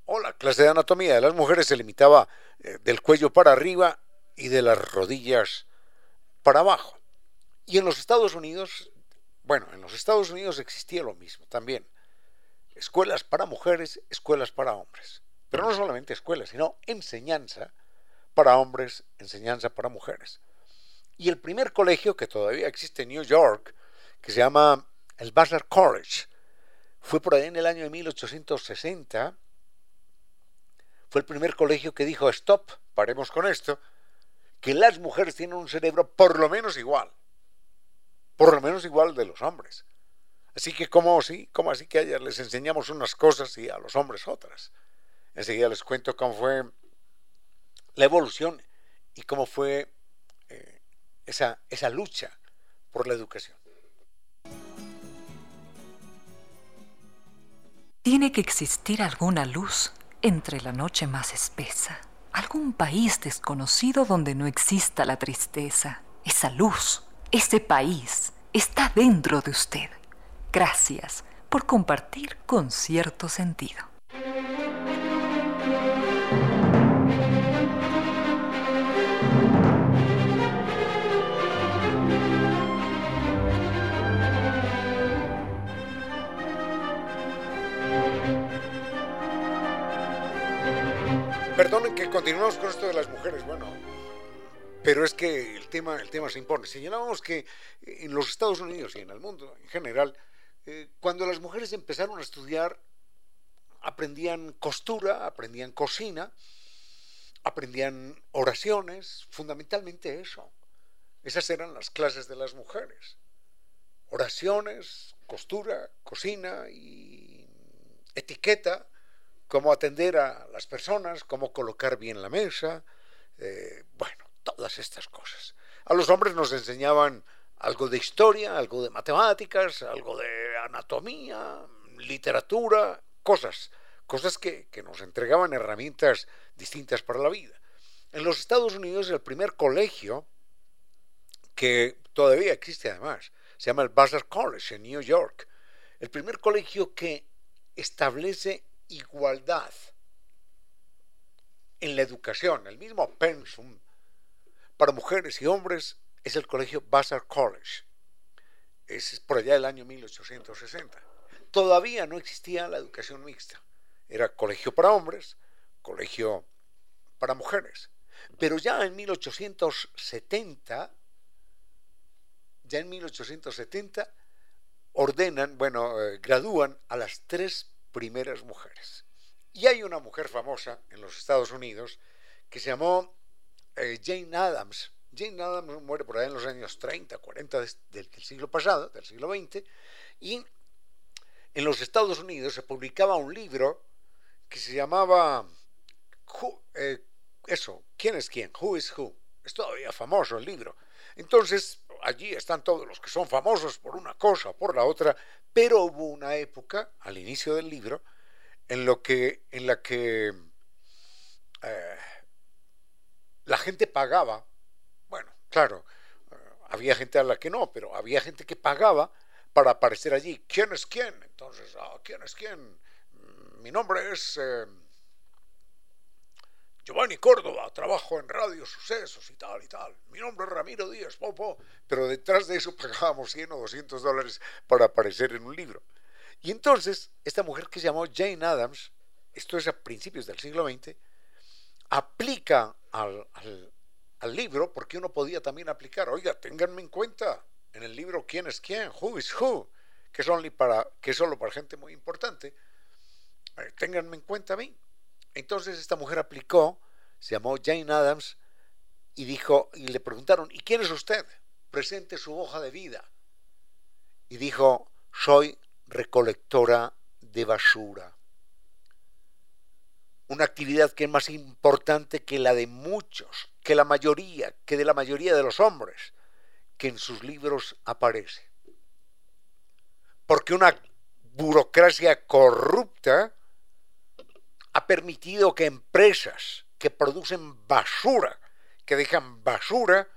[SPEAKER 2] o la clase de anatomía de las mujeres se limitaba eh, del cuello para arriba y de las rodillas para abajo. Y en los Estados Unidos, bueno, en los Estados Unidos existía lo mismo también. Escuelas para mujeres, escuelas para hombres. Pero no solamente escuelas, sino enseñanza para hombres, enseñanza para mujeres. Y el primer colegio que todavía existe en New York, que se llama el Vassar College, fue por ahí en el año de mil ochocientos sesenta. Fue el primer colegio que dijo, stop, paremos con esto, que las mujeres tienen un cerebro por lo menos igual, por lo menos igual de los hombres. Así que, ¿cómo así? ¿Cómo así que a ellas les enseñamos unas cosas y a los hombres otras? Enseguida les cuento cómo fue la evolución y cómo fue eh, esa, esa lucha por la educación.
[SPEAKER 1] Tiene que existir alguna luz entre la noche más espesa, algún país desconocido donde no exista la tristeza. Esa luz, ese país, está dentro de usted. Gracias por compartir con cierto sentido.
[SPEAKER 2] Perdonen que continuemos con esto de las mujeres, bueno, pero es que el tema, el tema se impone. Señalábamos que en los Estados Unidos y en el mundo en general, eh, cuando las mujeres empezaron a estudiar, aprendían costura, aprendían cocina, aprendían oraciones, fundamentalmente eso. Esas eran las clases de las mujeres. Oraciones, costura, cocina y etiqueta, cómo atender a las personas, cómo colocar bien la mesa, eh, bueno, todas estas cosas. A los hombres nos enseñaban algo de historia, algo de matemáticas, algo de anatomía, literatura, cosas, cosas que, que nos entregaban herramientas distintas para la vida. En los Estados Unidos el primer colegio, que todavía existe además, se llama el Vassar College en New York, el primer colegio que establece igualdad en la educación, el mismo pensum para mujeres y hombres, es el colegio Vassar College. Es por allá del año mil ochocientos sesenta. Todavía no existía la educación mixta. Era colegio para hombres, colegio para mujeres. Pero ya en mil ochocientos setenta, ya en mil ochocientos setenta, ordenan, bueno, eh, gradúan a las tres primeras mujeres. Y hay una mujer famosa en los Estados Unidos que se llamó eh, Jane Addams. Jane Addams muere por ahí en los años treinta, cuarenta del, del siglo pasado, del siglo veinte, y en los Estados Unidos se publicaba un libro que se llamaba Who, eh, eso, ¿quién es quién? Who is Who. Es todavía famoso el libro. Entonces, allí están todos los que son famosos por una cosa o por la otra, pero hubo una época, al inicio del libro, en, lo que, en la que eh, la gente pagaba, bueno, claro, eh, había gente a la que no, pero había gente que pagaba para aparecer allí. ¿Quién es quién? Entonces, ah, ¿quién es quién? Mi nombre es eh, Giovanni Córdoba, trabajo en Radio Sucesos y tal y tal. Mi nombre es Ramiro Díaz, Popo. Pero detrás de eso pagábamos cien o doscientos dólares para aparecer en un libro. Y entonces, esta mujer que se llamó Jane Addams, esto es a principios del siglo veinte, aplica al, al, al libro, porque uno podía también aplicar, oiga, ténganme en cuenta en el libro quién es quién, who is who, que es, only para, que es solo para gente muy importante, eh, ténganme en cuenta a mí. Entonces esta mujer aplicó, se llamó Jane Addams, y dijo, y le preguntaron, ¿y quién es usted? Presente su hoja de vida. Y dijo, soy recolectora de basura. Una actividad que es más importante que la de muchos, que la mayoría, que de la mayoría de los hombres, que en sus libros aparece. Porque una burocracia corrupta ha permitido que empresas que producen basura, que dejan basura,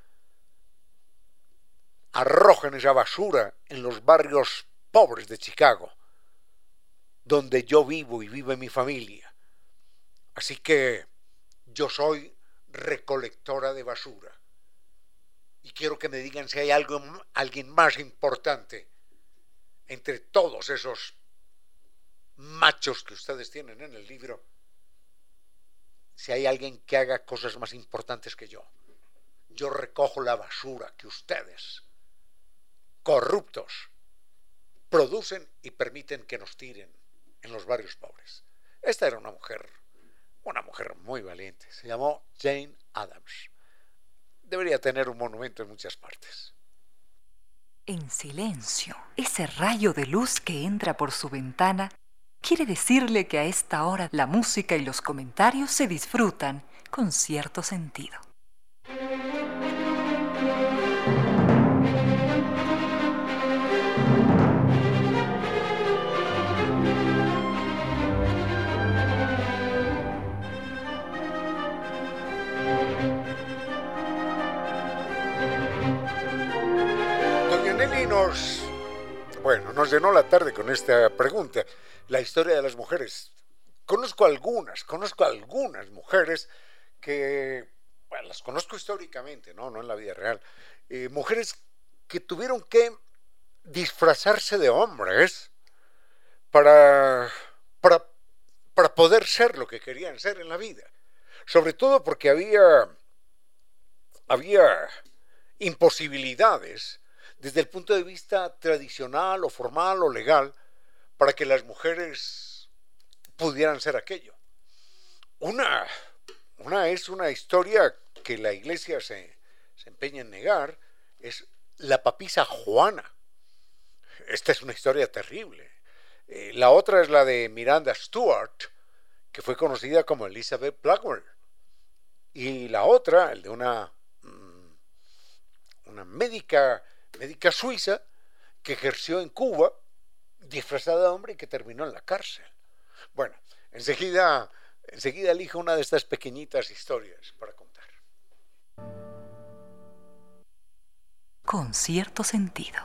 [SPEAKER 2] arrojen esa basura en los barrios pobres de Chicago, donde yo vivo y vive mi familia. Así que yo soy recolectora de basura. Y quiero que me digan si hay algo, alguien más importante entre todos esos machos que ustedes tienen en el libro. Si hay alguien que haga cosas más importantes que yo. Yo recojo la basura que ustedes, corruptos, producen y permiten que nos tiren en los barrios pobres. Esta era una mujer, una mujer muy valiente. Se llamó Jane Addams. Debería tener un monumento en muchas partes.
[SPEAKER 1] En silencio, ese rayo de luz que entra por su ventana quiere decirle que a esta hora la música y los comentarios se disfrutan con cierto sentido.
[SPEAKER 2] Nos, bueno, nos llenó la tarde con esta pregunta, la historia de las mujeres. Conozco algunas, conozco algunas mujeres que, bueno, las conozco históricamente, no, no en la vida real, eh, mujeres que tuvieron que disfrazarse de hombres para, para, para poder ser lo que querían ser en la vida. Sobre todo porque había, había imposibilidades desde el punto de vista tradicional o formal o legal, para que las mujeres pudieran ser aquello. Una, una es una historia que la iglesia se, se empeña en negar, es la papisa Juana. Esta es una historia terrible. Eh, la otra es la de Miranda Stewart, que fue conocida como Elizabeth Blackwell. Y la otra, el de una, una médica... médica suiza que ejerció en Cuba disfrazada de hombre y que terminó en la cárcel. Bueno, enseguida, enseguida elijo una de estas pequeñitas historias para contar.
[SPEAKER 1] Con cierto sentido.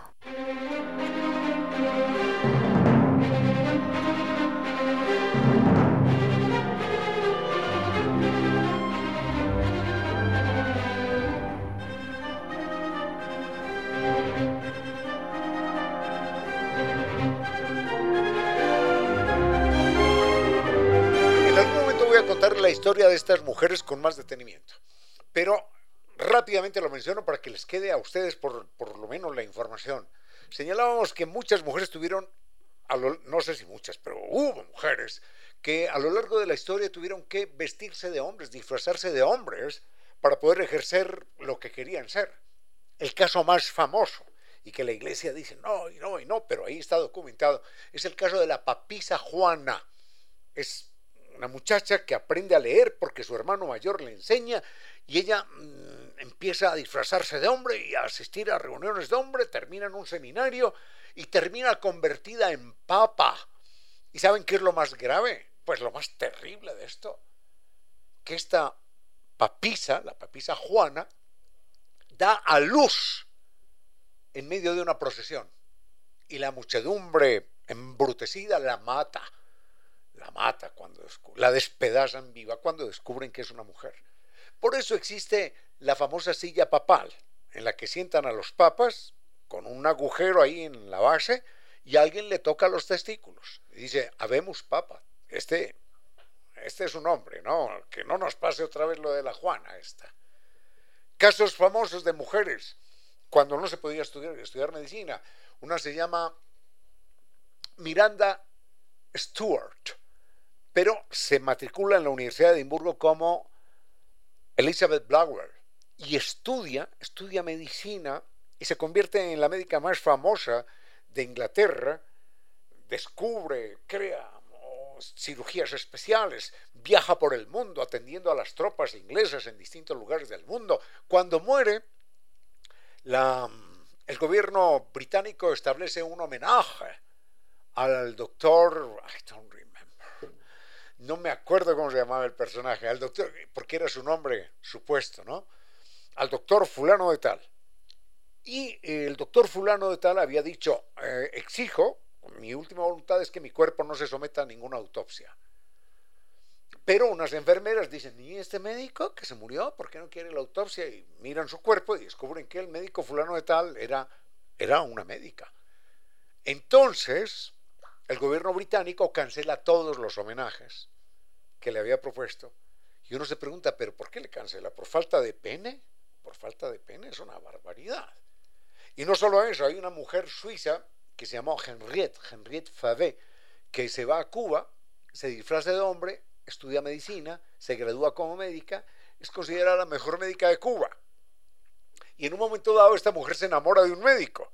[SPEAKER 2] Contar la historia de estas mujeres con más detenimiento, pero rápidamente lo menciono para que les quede a ustedes por, por lo menos la información. Señalábamos que muchas mujeres tuvieron, a lo, no sé si muchas, pero hubo mujeres que a lo largo de la historia tuvieron que vestirse de hombres, disfrazarse de hombres para poder ejercer lo que querían ser. El caso más famoso, y que la iglesia dice no y no y no, pero ahí está documentado, es el caso de la papisa Juana. Es una muchacha que aprende a leer porque su hermano mayor le enseña y ella mmm, empieza a disfrazarse de hombre y a asistir a reuniones de hombre, termina en un seminario y termina convertida en papa. ¿Y saben qué es lo más grave? Pues lo más terrible de esto, que esta papisa, la papisa Juana, da a luz en medio de una procesión y la muchedumbre embrutecida la mata. La mata cuando la despedazan viva cuando descubren que es una mujer. Por eso existe la famosa silla papal, en la que sientan a los papas con un agujero ahí en la base y alguien le toca los testículos. Y dice, habemos papa, este, este es un hombre, ¿no? Que no nos pase otra vez lo de la Juana esta. Casos famosos de mujeres, cuando no se podía estudiar, estudiar medicina. Una se llama Miranda Stewart, pero se matricula en la Universidad de Edimburgo como Elizabeth Blackwell y estudia, estudia medicina y se convierte en la médica más famosa de Inglaterra, descubre, crea oh, cirugías especiales, viaja por el mundo atendiendo a las tropas inglesas en distintos lugares del mundo. Cuando muere, la, el gobierno británico establece un homenaje al doctor, I don't remember, no me acuerdo cómo se llamaba el personaje, al doctor, porque era su nombre supuesto, ¿no? Al doctor fulano de tal. Y el doctor fulano de tal había dicho, eh, exijo, mi última voluntad es que mi cuerpo no se someta a ninguna autopsia. Pero unas enfermeras dicen, ¿y este médico que se murió? ¿Por qué no quiere la autopsia? Y miran su cuerpo y descubren que el médico fulano de tal era, era una médica. Entonces, el gobierno británico cancela todos los homenajes que le había propuesto. Y uno se pregunta, ¿pero por qué le cancela? ¿Por falta de pene? Por falta de pene es una barbaridad. Y no solo eso, hay una mujer suiza que se llamó Henriette, Henriette Favé, que se va a Cuba, se disfraza de hombre, estudia medicina, se gradúa como médica, es considerada la mejor médica de Cuba. Y en un momento dado esta mujer se enamora de un médico.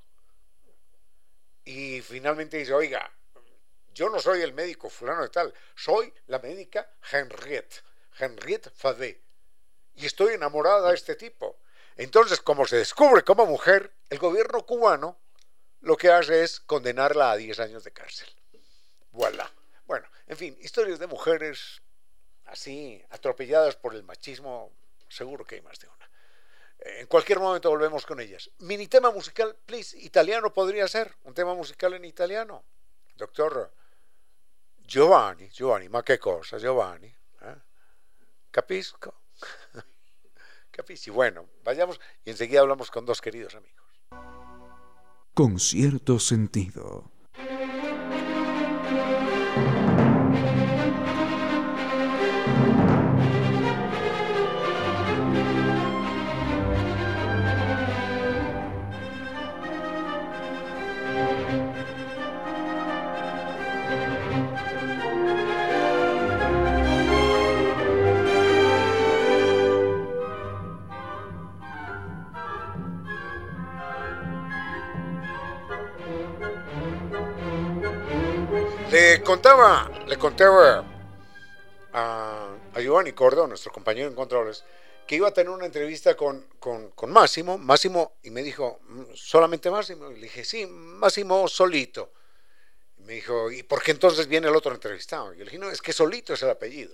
[SPEAKER 2] Y finalmente dice, oiga, yo no soy el médico fulano de tal, soy la médica Henriette, Henriette Favé. Y estoy enamorada de este tipo. Entonces, como se descubre como mujer, el gobierno cubano lo que hace es condenarla a diez años de cárcel. Voilà. Bueno, en fin, historias de mujeres así, atropelladas por el machismo, seguro que hay más de una. En cualquier momento volvemos con ellas. Mini tema musical, please, italiano podría ser, un tema musical en italiano. Doctor Giovanni, Giovanni, ma che cosa, Giovanni? ¿Eh? Capisco. Capisci. Bueno, vayamos y enseguida hablamos con dos queridos amigos.
[SPEAKER 3] Con cierto sentido.
[SPEAKER 2] Le contaba, le contaba a, a Giovanni Cordo, nuestro compañero en controles, que iba a tener una entrevista con, con, con Máximo, Máximo, y me dijo, ¿solamente Máximo? Y le dije, sí, Máximo solito. Y me dijo, ¿y por qué entonces viene el otro entrevistado? Y yo le dije, no, es que solito es el apellido.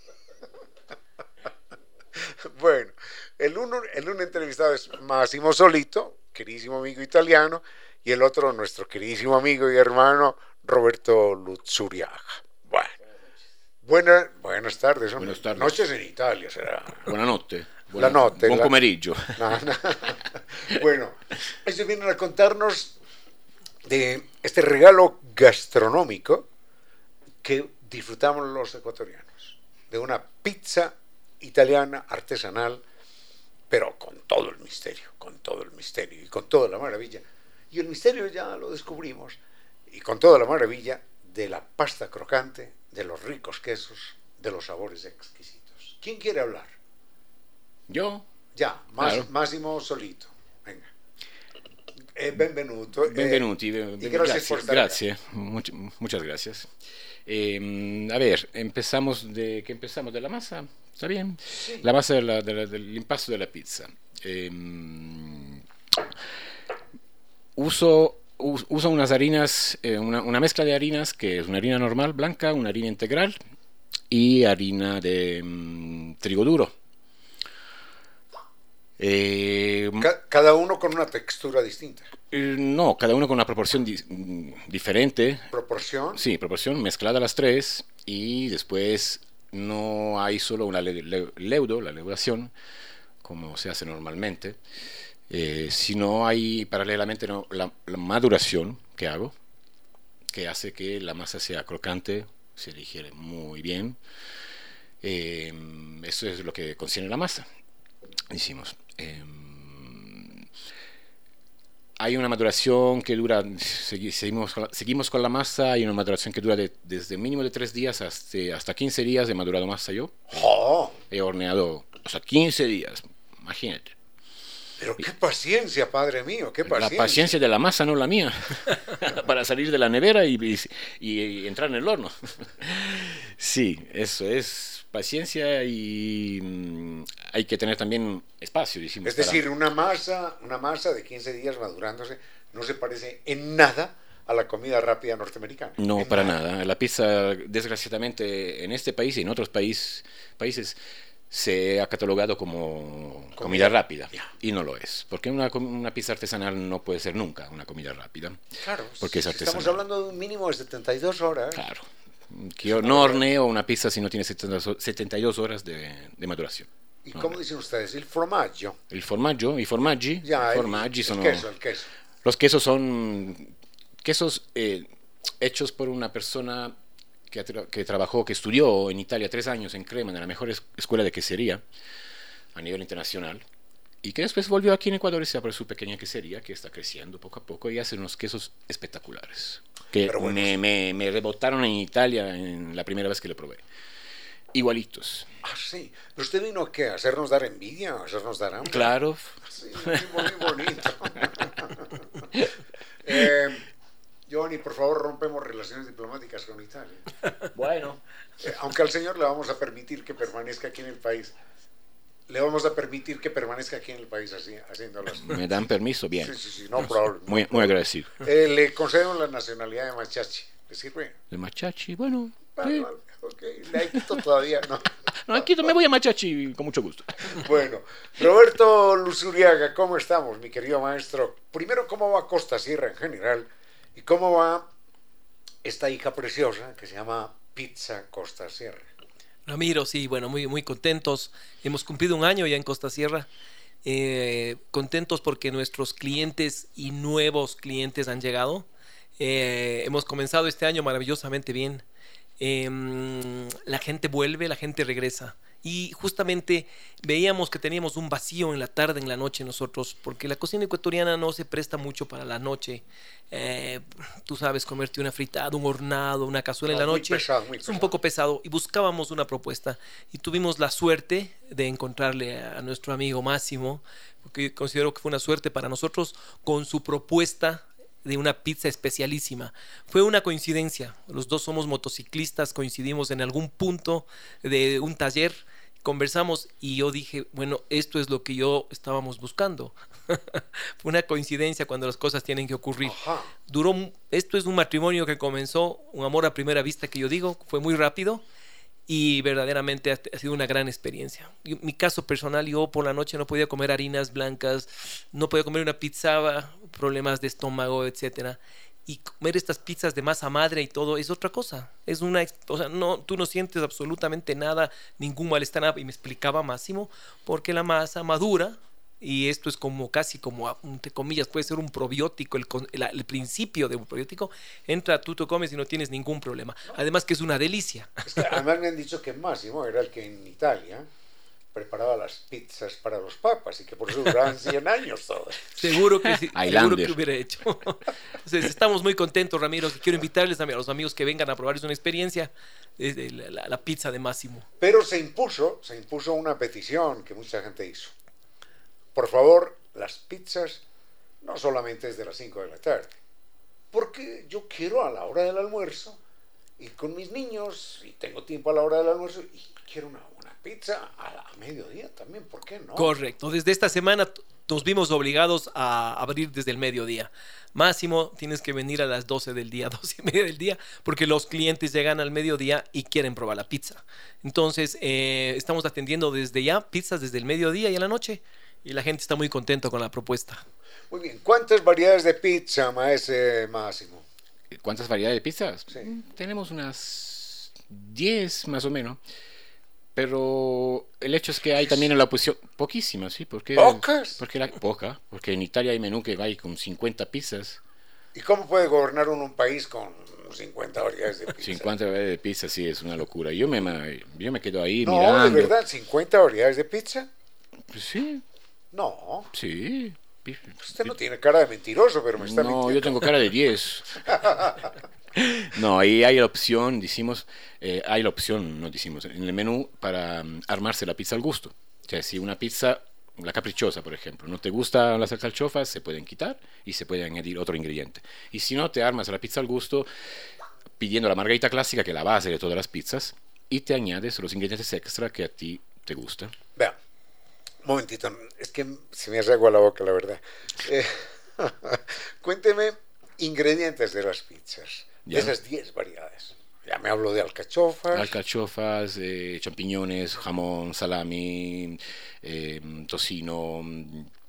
[SPEAKER 2] Bueno, el uno, el uno entrevistado es Máximo Solito, queridísimo amigo italiano, y el otro nuestro queridísimo amigo y hermano Roberto Luzzuriaga. Bueno, buena, buenas tardes.
[SPEAKER 6] Buenas tardes.
[SPEAKER 2] Noches en Italia será.
[SPEAKER 6] Buonanotte. Buona,
[SPEAKER 2] La notte.
[SPEAKER 6] Buon
[SPEAKER 2] la...
[SPEAKER 6] pomeriggio.
[SPEAKER 2] No, no. Bueno, ellos vienen a contarnos de este regalo gastronómico que disfrutamos los ecuatorianos, de una pizza italiana artesanal, pero con todo el misterio, con todo el misterio y con toda la maravilla. Y el misterio ya lo descubrimos, y con toda la maravilla de la pasta crocante, de los ricos quesos, de los sabores exquisitos. ¿Quién quiere hablar?
[SPEAKER 6] ¿Yo?
[SPEAKER 2] Ya, más,
[SPEAKER 6] claro.
[SPEAKER 2] Máximo Solito. Venga. Eh, benvenuto.
[SPEAKER 6] Benvenuti.
[SPEAKER 2] Eh,
[SPEAKER 6] ben,
[SPEAKER 2] y gracias
[SPEAKER 6] grazie,
[SPEAKER 2] por estar
[SPEAKER 6] grazie.
[SPEAKER 2] acá.
[SPEAKER 6] Much, muchas gracias. Eh, a ver, empezamos de ¿qué empezamos? ¿De la masa? ¿Está bien?
[SPEAKER 2] Sí.
[SPEAKER 6] La masa de la, de la, del impasto de la pizza. Eh, uso, uso unas harinas, eh, una, una mezcla de harinas que es una harina normal, blanca, una harina integral y harina de um, trigo duro. Eh,
[SPEAKER 2] Cada uno con una textura distinta.
[SPEAKER 6] Eh, no, cada uno con una proporción di diferente.
[SPEAKER 2] ¿Proporción?
[SPEAKER 6] Sí, proporción mezclada las tres, y después no hay solo una le le leudo, la leudación, como se hace normalmente, eh, sino hay paralelamente no, la, la maduración que hago, que hace que la masa sea crocante, se digiere muy bien. Eh, eso es lo que contiene la masa. Hicimos. Eh, Hay una maduración que dura, seguimos con la, seguimos con la masa, hay una maduración que dura de, desde mínimo de tres días hasta, hasta quince días he madurado masa yo.
[SPEAKER 2] Oh.
[SPEAKER 6] He horneado, o sea, quince días, imagínate.
[SPEAKER 2] Pero qué paciencia, padre mío, qué paciencia.
[SPEAKER 6] La paciencia de la masa, no la mía, para salir de la nevera y, y, y entrar en el horno. Sí, eso es paciencia y mm, hay que tener también espacio, decimos.
[SPEAKER 2] Es decir, para... una masa, una masa de quince días madurándose no se parece en nada a la comida rápida norteamericana.
[SPEAKER 6] No,
[SPEAKER 2] en
[SPEAKER 6] para
[SPEAKER 2] nada.
[SPEAKER 6] nada. La pizza, desgraciadamente, en este país y en otros país, países se ha catalogado como comida, comida rápida, yeah. Y no lo es, porque una, una pizza artesanal no puede ser nunca una comida rápida.
[SPEAKER 2] Claro,
[SPEAKER 6] porque es artesanal.
[SPEAKER 2] Estamos hablando de un mínimo de setenta y dos horas.
[SPEAKER 6] Claro, Que yo no horneo una pizza si no tiene setenta y dos horas de, de maduración.
[SPEAKER 2] ¿Y cómo no. dicen ustedes? El formaggio.
[SPEAKER 6] El formaggio, i formaggi.
[SPEAKER 2] Ya,
[SPEAKER 6] I
[SPEAKER 2] el,
[SPEAKER 6] formaggi
[SPEAKER 2] el
[SPEAKER 6] sono,
[SPEAKER 2] queso, el queso.
[SPEAKER 6] Los quesos son quesos eh, hechos por una persona que, que trabajó, que estudió en Italia tres años en Crema, en la mejor escuela de quesería a nivel internacional, y que después volvió aquí en Ecuador y se abrió su pequeña quesería que está creciendo poco a poco y hace unos quesos espectaculares que bueno, me, me, me rebotaron en Italia en la primera vez que lo probé. Igualitos.
[SPEAKER 2] Ah, sí. ¿Pero usted vino a qué? ¿A hacernos dar envidia? ¿A hacernos dar hambre?
[SPEAKER 6] Claro.
[SPEAKER 2] Sí, muy, muy bonito. eh, Giovanni, por favor, rompemos relaciones diplomáticas con Italia.
[SPEAKER 6] Bueno.
[SPEAKER 2] Eh, aunque al señor le vamos a permitir que permanezca aquí en el país. Le vamos a permitir que permanezca aquí en el país así, haciendo las...
[SPEAKER 6] ¿Me dan permiso? Bien.
[SPEAKER 2] Sí, sí, sí, no problem.
[SPEAKER 6] Muy, muy agradecido.
[SPEAKER 2] Eh, le concedemos la nacionalidad de Machachi. ¿Le sirve?
[SPEAKER 6] ¿De Machachi? Bueno.
[SPEAKER 2] Vale,
[SPEAKER 6] sí.
[SPEAKER 2] vale, ok. Le hay Quito todavía, ¿no?
[SPEAKER 6] No, aquí me voy a Machachi con mucho gusto.
[SPEAKER 2] Bueno, Roberto Luzuriaga, ¿cómo estamos, mi querido maestro? Primero, ¿cómo va Costa Sierra en general? ¿Y cómo va esta hija preciosa que se llama Pizza Costa Sierra?
[SPEAKER 7] Ramiro, sí, bueno, muy, muy contentos. Hemos cumplido un año ya en Costa Sierra. Eh, contentos porque nuestros clientes y nuevos clientes han llegado. Eh, hemos comenzado este año maravillosamente bien. Eh, la gente vuelve, la gente regresa. Y justamente veíamos que teníamos un vacío en la tarde, en la noche nosotros, porque la cocina ecuatoriana no se presta mucho para la noche. Eh, tú sabes, comerte una fritada, un hornado, una cazuela no, en la noche
[SPEAKER 2] pesado, muy
[SPEAKER 7] es
[SPEAKER 2] pesado.
[SPEAKER 7] Un poco pesado, y buscábamos una propuesta y tuvimos la suerte de encontrarle a nuestro amigo Máximo, porque considero que fue una suerte para nosotros, con su propuesta de una pizza especialísima. Fue una coincidencia, los dos somos motociclistas, coincidimos en algún punto de un taller, conversamos y yo dije, bueno, esto es lo que yo estábamos buscando. Fue una coincidencia cuando las cosas tienen que ocurrir.
[SPEAKER 2] Ajá.
[SPEAKER 7] Duró, esto es un matrimonio que comenzó, un amor a primera vista que yo digo, fue muy rápido y verdaderamente ha, ha sido una gran experiencia. En mi caso personal, yo por la noche no podía comer harinas blancas, no podía comer una pizza, problemas de estómago, etcétera. Y comer estas pizzas de masa madre y todo es otra cosa. Es una, o sea, no, tú no sientes absolutamente nada, ningún malestar, nada. Y me explicaba Máximo, porque la masa madura, y esto es como casi como, entre comillas, puede ser un probiótico, el, el, el principio de un probiótico, entra, tú te comes y no tienes ningún problema. Además que es una delicia. Es
[SPEAKER 2] que además me han dicho que Máximo era el que en Italia preparaba las pizzas para los papas y que por eso duraban cien años todas.
[SPEAKER 7] Seguro que sí, seguro que hubiera hecho. Entonces, estamos muy contentos, Ramiro. Quiero invitarles a los amigos que vengan a probar, es una experiencia, es la, la, la pizza de Máximo.
[SPEAKER 2] Pero se impuso, se impuso una petición que mucha gente hizo. Por favor, las pizzas no solamente desde las cinco de la tarde, porque yo quiero a la hora del almuerzo ir con mis niños y tengo tiempo a la hora del almuerzo y quiero una pizza a, a mediodía también, ¿por qué no?
[SPEAKER 7] Correcto, desde esta semana nos vimos obligados a abrir desde el mediodía. Máximo, tienes que venir a las doce del día, doce y media del día, porque los clientes llegan al mediodía y quieren probar la pizza. Entonces, eh, estamos atendiendo desde ya pizzas desde el mediodía y a la noche, y la gente está muy contenta con la propuesta.
[SPEAKER 2] Muy bien, ¿cuántas variedades de pizza, maese Máximo?
[SPEAKER 6] ¿Cuántas variedades de pizzas?
[SPEAKER 2] Sí.
[SPEAKER 6] Tenemos unas diez más o menos. Pero el hecho es que hay también en la oposición poquísimas, ¿sí? Porque,
[SPEAKER 2] ¿Pocas?
[SPEAKER 6] Porque la, poca, porque en Italia hay menú que va con cincuenta pizzas.
[SPEAKER 2] ¿Y cómo puede gobernar uno un país con cincuenta variedades de pizza?
[SPEAKER 6] cincuenta variedades de pizza, sí, es una locura. Yo me, yo me quedo ahí
[SPEAKER 2] no,
[SPEAKER 6] mirando.
[SPEAKER 2] ¿de verdad? ¿cincuenta variedades de pizza?
[SPEAKER 6] Pues sí.
[SPEAKER 2] No.
[SPEAKER 6] Sí.
[SPEAKER 2] Usted no tiene cara de mentiroso, pero me está
[SPEAKER 6] no,
[SPEAKER 2] mintiendo.
[SPEAKER 6] No, yo tengo cara de diez. No, ahí hay la opción, decimos, eh, hay la opción, no decimos, en el menú para um, armarse la pizza al gusto. O sea, si una pizza, la caprichosa, por ejemplo, no te gustan las alcachofas, se pueden quitar y se puede añadir otro ingrediente. Y si no, te armas la pizza al gusto pidiendo la margarita clásica, que es la base de todas las pizzas, y te añades los ingredientes extra que a ti te gustan.
[SPEAKER 2] Vea, un momentito, es que se me hace agua la boca, la verdad. Eh, cuénteme ingredientes de las pizzas. De
[SPEAKER 6] ¿Ya?
[SPEAKER 2] Esas diez variedades. Ya me hablo de alcachofas.
[SPEAKER 6] Alcachofas, eh, champiñones, jamón, salami, eh, tocino,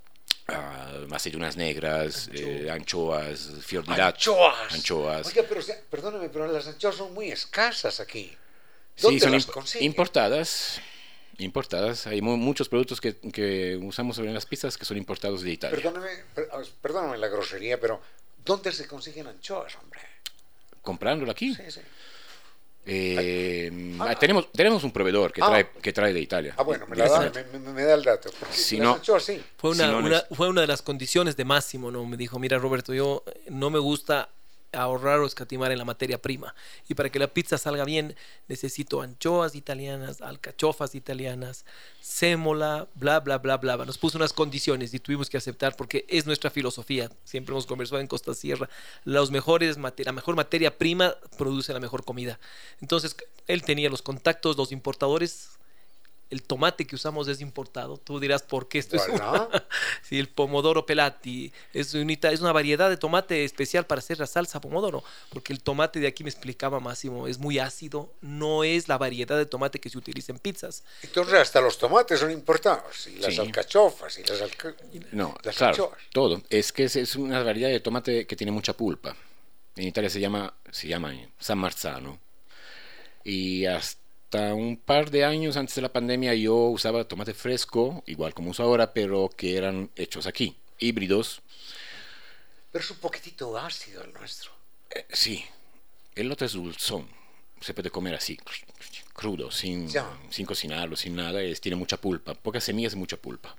[SPEAKER 6] uh, aceitunas negras, eh, anchoas, fior di latte.
[SPEAKER 2] ¡Anchoas!
[SPEAKER 6] Anchoas.
[SPEAKER 2] Oiga, pero o sea, perdóneme, pero las anchoas son muy escasas aquí.
[SPEAKER 6] Sí,
[SPEAKER 2] ¿Dónde
[SPEAKER 6] son
[SPEAKER 2] las
[SPEAKER 6] imp-
[SPEAKER 2] consigue?
[SPEAKER 6] importadas. Importadas. Hay mu- muchos productos que, que usamos en las pizzas que son importados de Italia.
[SPEAKER 2] Perdóneme, per- perdóname la grosería, pero ¿dónde se consiguen anchoas, hombre?
[SPEAKER 6] Comprándolo aquí.
[SPEAKER 2] Sí, sí.
[SPEAKER 6] Eh,
[SPEAKER 2] Ah.
[SPEAKER 6] tenemos, tenemos un proveedor que
[SPEAKER 2] Ah.
[SPEAKER 6] trae, que trae de Italia.
[SPEAKER 2] Ah, bueno, me, la da, me, me- me da el dato. Porque
[SPEAKER 6] Si
[SPEAKER 2] las
[SPEAKER 6] no-
[SPEAKER 2] anchoas sí.
[SPEAKER 7] Fue una,
[SPEAKER 6] Si no, no
[SPEAKER 7] una-
[SPEAKER 6] es-
[SPEAKER 7] fue una de las condiciones de Máximo, ¿no? Me dijo, mira Roberto, yo eh, no me gusta ahorrar o escatimar en la materia prima. Y para que la pizza salga bien, necesito anchoas italianas, alcachofas italianas, sémola, bla, bla, bla, bla. Nos puso unas condiciones y tuvimos que aceptar porque es nuestra filosofía. Siempre hemos conversado en Costa Sierra. Los mejores mate- la mejor materia prima produce la mejor comida. Entonces, él tenía los contactos, los importadores. El tomate que usamos es importado. Tú dirás, ¿por qué esto es
[SPEAKER 2] ¿Verdad?
[SPEAKER 7] una... Sí, el pomodoro pelati es, unita, es una variedad de tomate especial para hacer la salsa pomodoro, porque el tomate de aquí, me explicaba Máximo, es muy ácido, no es la variedad de tomate que se utiliza en pizzas.
[SPEAKER 2] Entonces hasta los tomates son importados, y las
[SPEAKER 6] Sí.
[SPEAKER 2] alcachofas, y las, alca...
[SPEAKER 6] No,
[SPEAKER 2] las
[SPEAKER 6] claro,
[SPEAKER 2] anchoas.
[SPEAKER 6] todo. Es que es, es una variedad de tomate que tiene mucha pulpa. En Italia se llama, se llama San Marzano. Y hasta un par de años antes de la pandemia yo usaba tomate fresco, igual como uso ahora, pero que eran hechos aquí, híbridos.
[SPEAKER 2] Pero es un poquitito ácido el nuestro.
[SPEAKER 6] Eh, sí, el otro es dulzón. Se puede comer así, crudo, sin,
[SPEAKER 2] Ya.
[SPEAKER 6] sin cocinarlo, sin nada. Es, tiene mucha pulpa, pocas semillas y mucha pulpa.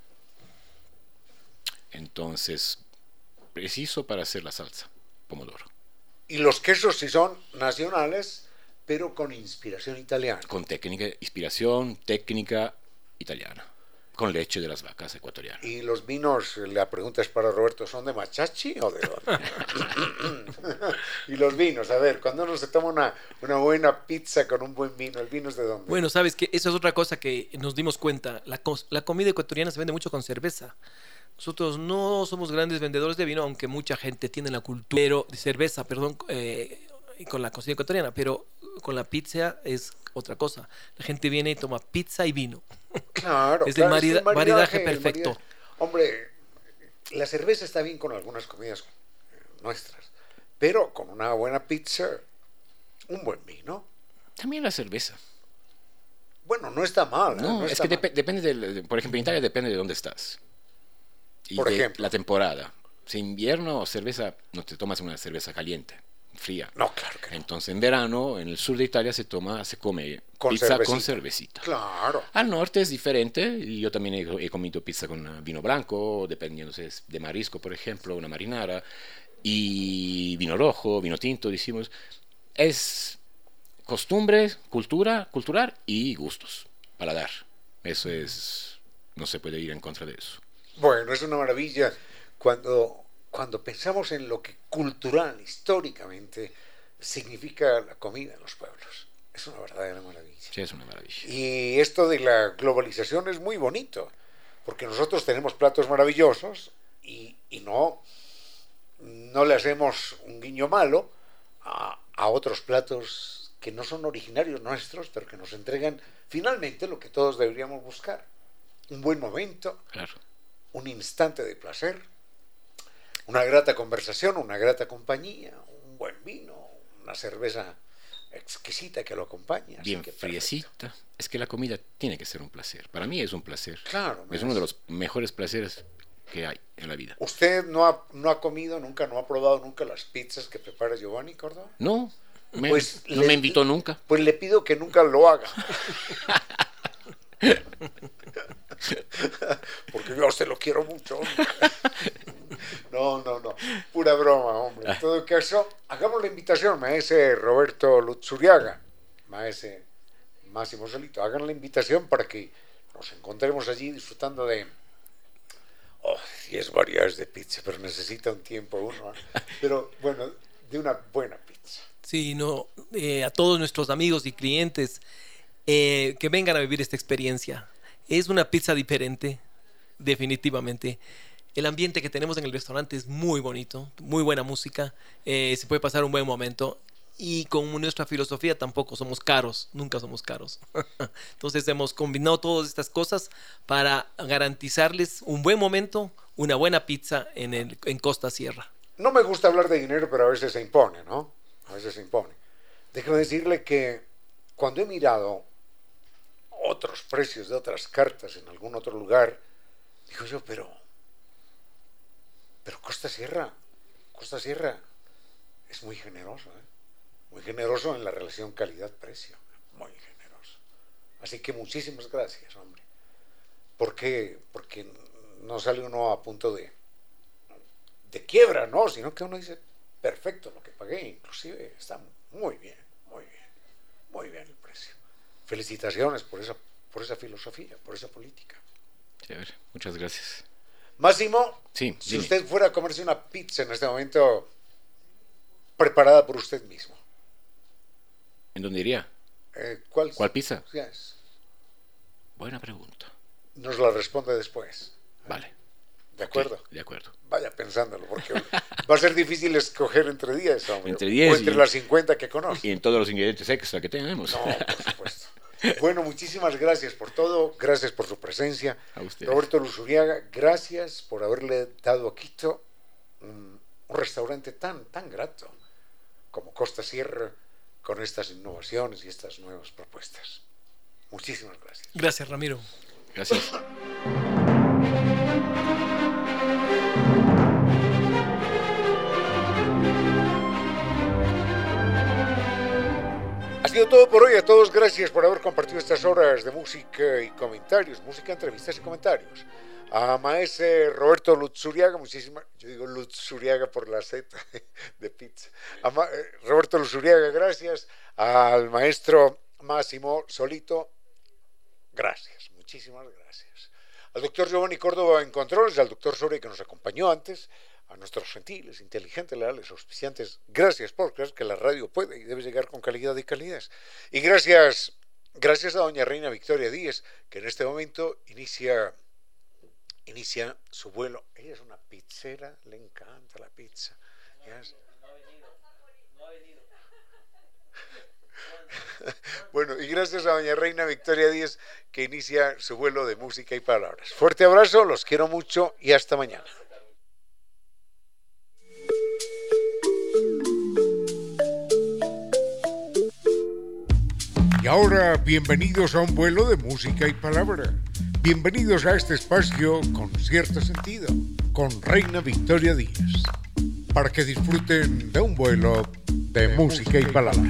[SPEAKER 6] Entonces, preciso para hacer la salsa, pomodoro.
[SPEAKER 2] Y los quesos sí son nacionales, pero con inspiración italiana.
[SPEAKER 6] Con técnica, inspiración, técnica italiana. Con leche de las vacas ecuatorianas.
[SPEAKER 2] Y los vinos, la pregunta es para Roberto, ¿son de Machachi o de dónde? Y los vinos, a ver, cuando uno se toma una, una buena pizza con un buen vino, ¿el vino es de dónde?
[SPEAKER 7] Bueno, sabes que eso es otra cosa que nos dimos cuenta. La, cos- la comida ecuatoriana se vende mucho con cerveza. Nosotros no somos grandes vendedores de vino, aunque mucha gente tiene la cultura pero, de cerveza, perdón, eh, con la cocina ecuatoriana, pero con la pizza es otra cosa. La gente viene y toma pizza y vino.
[SPEAKER 2] Claro,
[SPEAKER 7] Es el
[SPEAKER 2] claro,
[SPEAKER 7] marida-
[SPEAKER 2] el
[SPEAKER 7] maridaje
[SPEAKER 2] el
[SPEAKER 7] perfecto.
[SPEAKER 2] maridaje. Hombre, la cerveza está bien con algunas comidas eh, nuestras, pero con una buena pizza, un buen vino,
[SPEAKER 6] También la cerveza.
[SPEAKER 2] bueno, no está mal. ¿eh?
[SPEAKER 6] No,
[SPEAKER 2] No
[SPEAKER 6] es
[SPEAKER 2] está
[SPEAKER 6] que
[SPEAKER 2] mal.
[SPEAKER 6] depe- depende del, de- por ejemplo, en Italia depende de dónde estás. Y
[SPEAKER 2] Por
[SPEAKER 6] de
[SPEAKER 2] ejemplo.
[SPEAKER 6] la temporada. Si invierno, cerveza, no te tomas una cerveza caliente, fría.
[SPEAKER 2] No, claro que no.
[SPEAKER 6] Entonces en verano, en el sur de Italia se toma, se come
[SPEAKER 2] Con
[SPEAKER 6] pizza
[SPEAKER 2] cervecita.
[SPEAKER 6] con cervecita.
[SPEAKER 2] Claro.
[SPEAKER 6] Al norte es diferente, y yo también he, he comido pizza con uh, vino blanco, dependiendo si es de marisco, por ejemplo, una marinara, y vino rojo, vino tinto, decimos. Es costumbre, cultura, cultural y gustos, paladar. Eso es, no se puede ir en contra de eso.
[SPEAKER 2] Bueno, es una maravilla cuando, cuando pensamos en lo que cultural, históricamente, significa la comida en los pueblos. Es una verdadera maravilla.
[SPEAKER 6] Sí, es una maravilla.
[SPEAKER 2] Y esto de la globalización es muy bonito, porque nosotros tenemos platos maravillosos y, y no, no le hacemos un guiño malo a, a otros platos que no son originarios nuestros, pero que nos entregan finalmente lo que todos deberíamos buscar. Un buen momento,
[SPEAKER 6] Claro.
[SPEAKER 2] un instante de placer, una grata conversación, una grata compañía, un buen vino, una cerveza exquisita que lo acompaña. Así
[SPEAKER 6] Bien
[SPEAKER 2] que perfecto.
[SPEAKER 6] friecita. Es que la comida tiene que ser un placer. Para mí es un placer.
[SPEAKER 2] Claro.
[SPEAKER 6] Es uno de los mejores placeres que hay en la vida.
[SPEAKER 2] ¿Usted no ha, no ha comido nunca, no ha probado nunca las pizzas que prepara Giovanni Córdoba?
[SPEAKER 6] No, me-
[SPEAKER 2] Pues
[SPEAKER 6] no
[SPEAKER 2] le-
[SPEAKER 6] me invitó nunca.
[SPEAKER 2] Pues le pido que nunca lo haga. Porque yo a usted lo quiero mucho. hombre. No, no, no. Pura broma, hombre. En todo caso, hagamos la invitación, maese Roberto Luzzuriaga, maese Máximo Solito. Hagan la invitación para que nos encontremos allí disfrutando de oh, diez variedades de pizza, pero necesita un tiempo uno. ¿eh? Pero bueno, de una buena pizza.
[SPEAKER 7] Sí, no, eh, a todos nuestros amigos y clientes eh, que vengan a vivir esta experiencia. Es una pizza diferente, definitivamente. El ambiente que tenemos en el restaurante es muy bonito, muy buena música, eh, se puede pasar un buen momento y con nuestra filosofía tampoco somos caros, nunca somos caros. Entonces hemos combinado todas estas cosas para garantizarles un buen momento, una buena pizza en, el, en Costa Sierra.
[SPEAKER 2] No me gusta hablar de dinero, pero a veces se impone, ¿no? A veces se impone. Déjeme decirle que cuando he mirado otros precios de otras cartas en algún otro lugar, digo yo, pero, pero Costa Sierra, Costa Sierra es muy generoso, ¿eh? Muy generoso en la relación calidad-precio, muy generoso. Así que muchísimas gracias, hombre. ¿Por qué? Porque no sale uno a punto de, de quiebra, ¿no? Sino que uno dice, perfecto, lo que pagué, inclusive está muy bien, muy bien, muy bien el precio. Felicitaciones por esa, por esa filosofía, por esa política.
[SPEAKER 6] Chévere, muchas gracias.
[SPEAKER 2] Máximo,
[SPEAKER 6] sí,
[SPEAKER 2] si
[SPEAKER 6] dime.
[SPEAKER 2] usted fuera a comerse una pizza en este momento preparada por usted mismo,
[SPEAKER 6] ¿en dónde iría?
[SPEAKER 2] Eh, ¿cuál,
[SPEAKER 6] ¿Cuál pizza?
[SPEAKER 2] Yes.
[SPEAKER 6] Buena pregunta.
[SPEAKER 2] Nos la responde después.
[SPEAKER 6] Vale.
[SPEAKER 2] ¿De acuerdo?
[SPEAKER 6] Okay, de acuerdo.
[SPEAKER 2] Vaya pensándolo, porque va a ser difícil escoger entre diez, hombre.
[SPEAKER 6] Entre diez
[SPEAKER 2] o entre
[SPEAKER 6] y,
[SPEAKER 2] las cincuenta que conozco.
[SPEAKER 6] Y en todos los ingredientes extra que tenemos.
[SPEAKER 2] No, por supuesto. Bueno, muchísimas gracias por todo, gracias por su presencia.
[SPEAKER 6] A usted.
[SPEAKER 2] Roberto Luzuriaga, gracias por haberle dado a Quito un, un restaurante tan, tan grato como Costa Sierra, con estas innovaciones y estas nuevas propuestas. Muchísimas gracias.
[SPEAKER 7] Gracias, Ramiro.
[SPEAKER 6] Gracias.
[SPEAKER 2] Ha sido todo por hoy. A todos gracias por haber compartido estas horas de música y comentarios, música, entrevistas y comentarios. A maestro Roberto Luzuriaga, muchísimas, yo digo Luzuriaga por la Z de pizza. A Ma, eh, Roberto Luzuriaga, gracias. Al maestro Máximo Solito, gracias, muchísimas gracias. Al doctor Giovanni Córdoba en controles, al doctor Soria que nos acompañó antes, a nuestros gentiles, inteligentes, leales, auspiciantes, gracias por creer que la radio puede y debe llegar con calidad y calidez. Y gracias, gracias a doña Reina Victoria Díez, que en este momento inicia, inicia su vuelo. Ella es una pizzera, le encanta la pizza. Yes. Bueno, y gracias a doña Reina Victoria Díez, que inicia su vuelo de música y palabras. Fuerte abrazo, los quiero mucho y hasta mañana. Y ahora, bienvenidos a un vuelo de música y palabra. Bienvenidos a este espacio con cierto sentido, con Reina Victoria Díez, para que disfruten de un vuelo de, de música y palabra.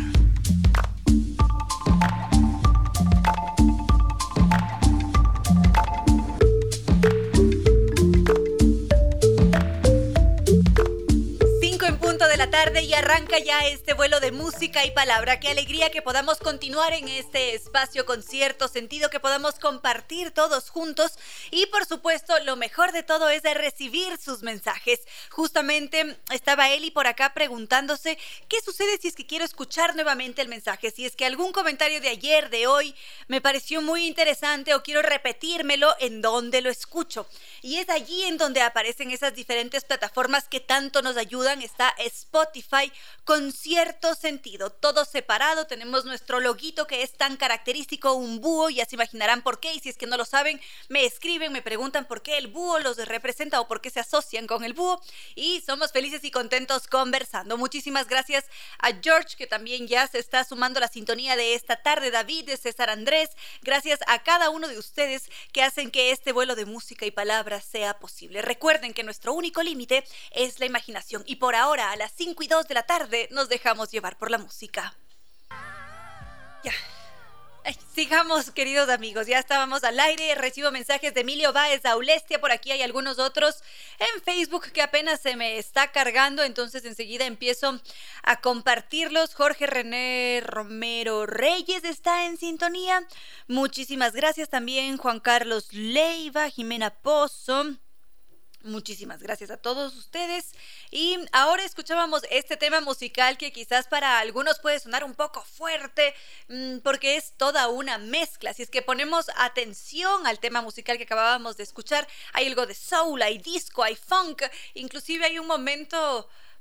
[SPEAKER 8] Tarde y arranca ya este vuelo de música y palabra. Qué alegría que podamos continuar en este espacio con cierto sentido, que podamos compartir todos juntos y por supuesto lo mejor de todo es de recibir sus mensajes. Justamente estaba Eli por acá preguntándose qué sucede si es que quiero escuchar nuevamente el mensaje, si es que algún comentario de ayer, de hoy me pareció muy interesante o quiero repetírmelo, ¿en dónde lo escucho? Y es allí en donde aparecen esas diferentes plataformas que tanto nos ayudan. Está Spotify con cierto sentido, todo separado. Tenemos nuestro loguito que es tan característico, un búho, ya se imaginarán por qué, y si es que no lo saben, me escriben, me preguntan por qué el búho los representa o por qué se asocian con el búho, y somos felices y contentos conversando. Muchísimas gracias a George, que también ya se está sumando a la sintonía de esta tarde, David, de César Andrés, gracias a cada uno de ustedes que hacen que este vuelo de música y palabras sea posible. Recuerden que nuestro único límite es la imaginación, y por ahora a las cinco y dos de la tarde nos dejamos llevar por la música. Ya. Ay, sigamos, queridos amigos, ya estábamos al aire. Recibo mensajes de Emilio Báez Aulestia, por aquí hay algunos otros en Facebook que apenas se me está cargando, entonces enseguida empiezo a compartirlos. Jorge René Romero Reyes está en sintonía, muchísimas gracias. También Juan Carlos Leiva, Jimena Pozo, muchísimas gracias a todos ustedes. Y ahora escuchábamos este tema musical que quizás para algunos puede sonar un poco fuerte, mmm, porque es toda una mezcla. Si es que ponemos atención al tema musical que acabábamos de escuchar, hay algo de soul, hay disco, hay funk, inclusive hay un momento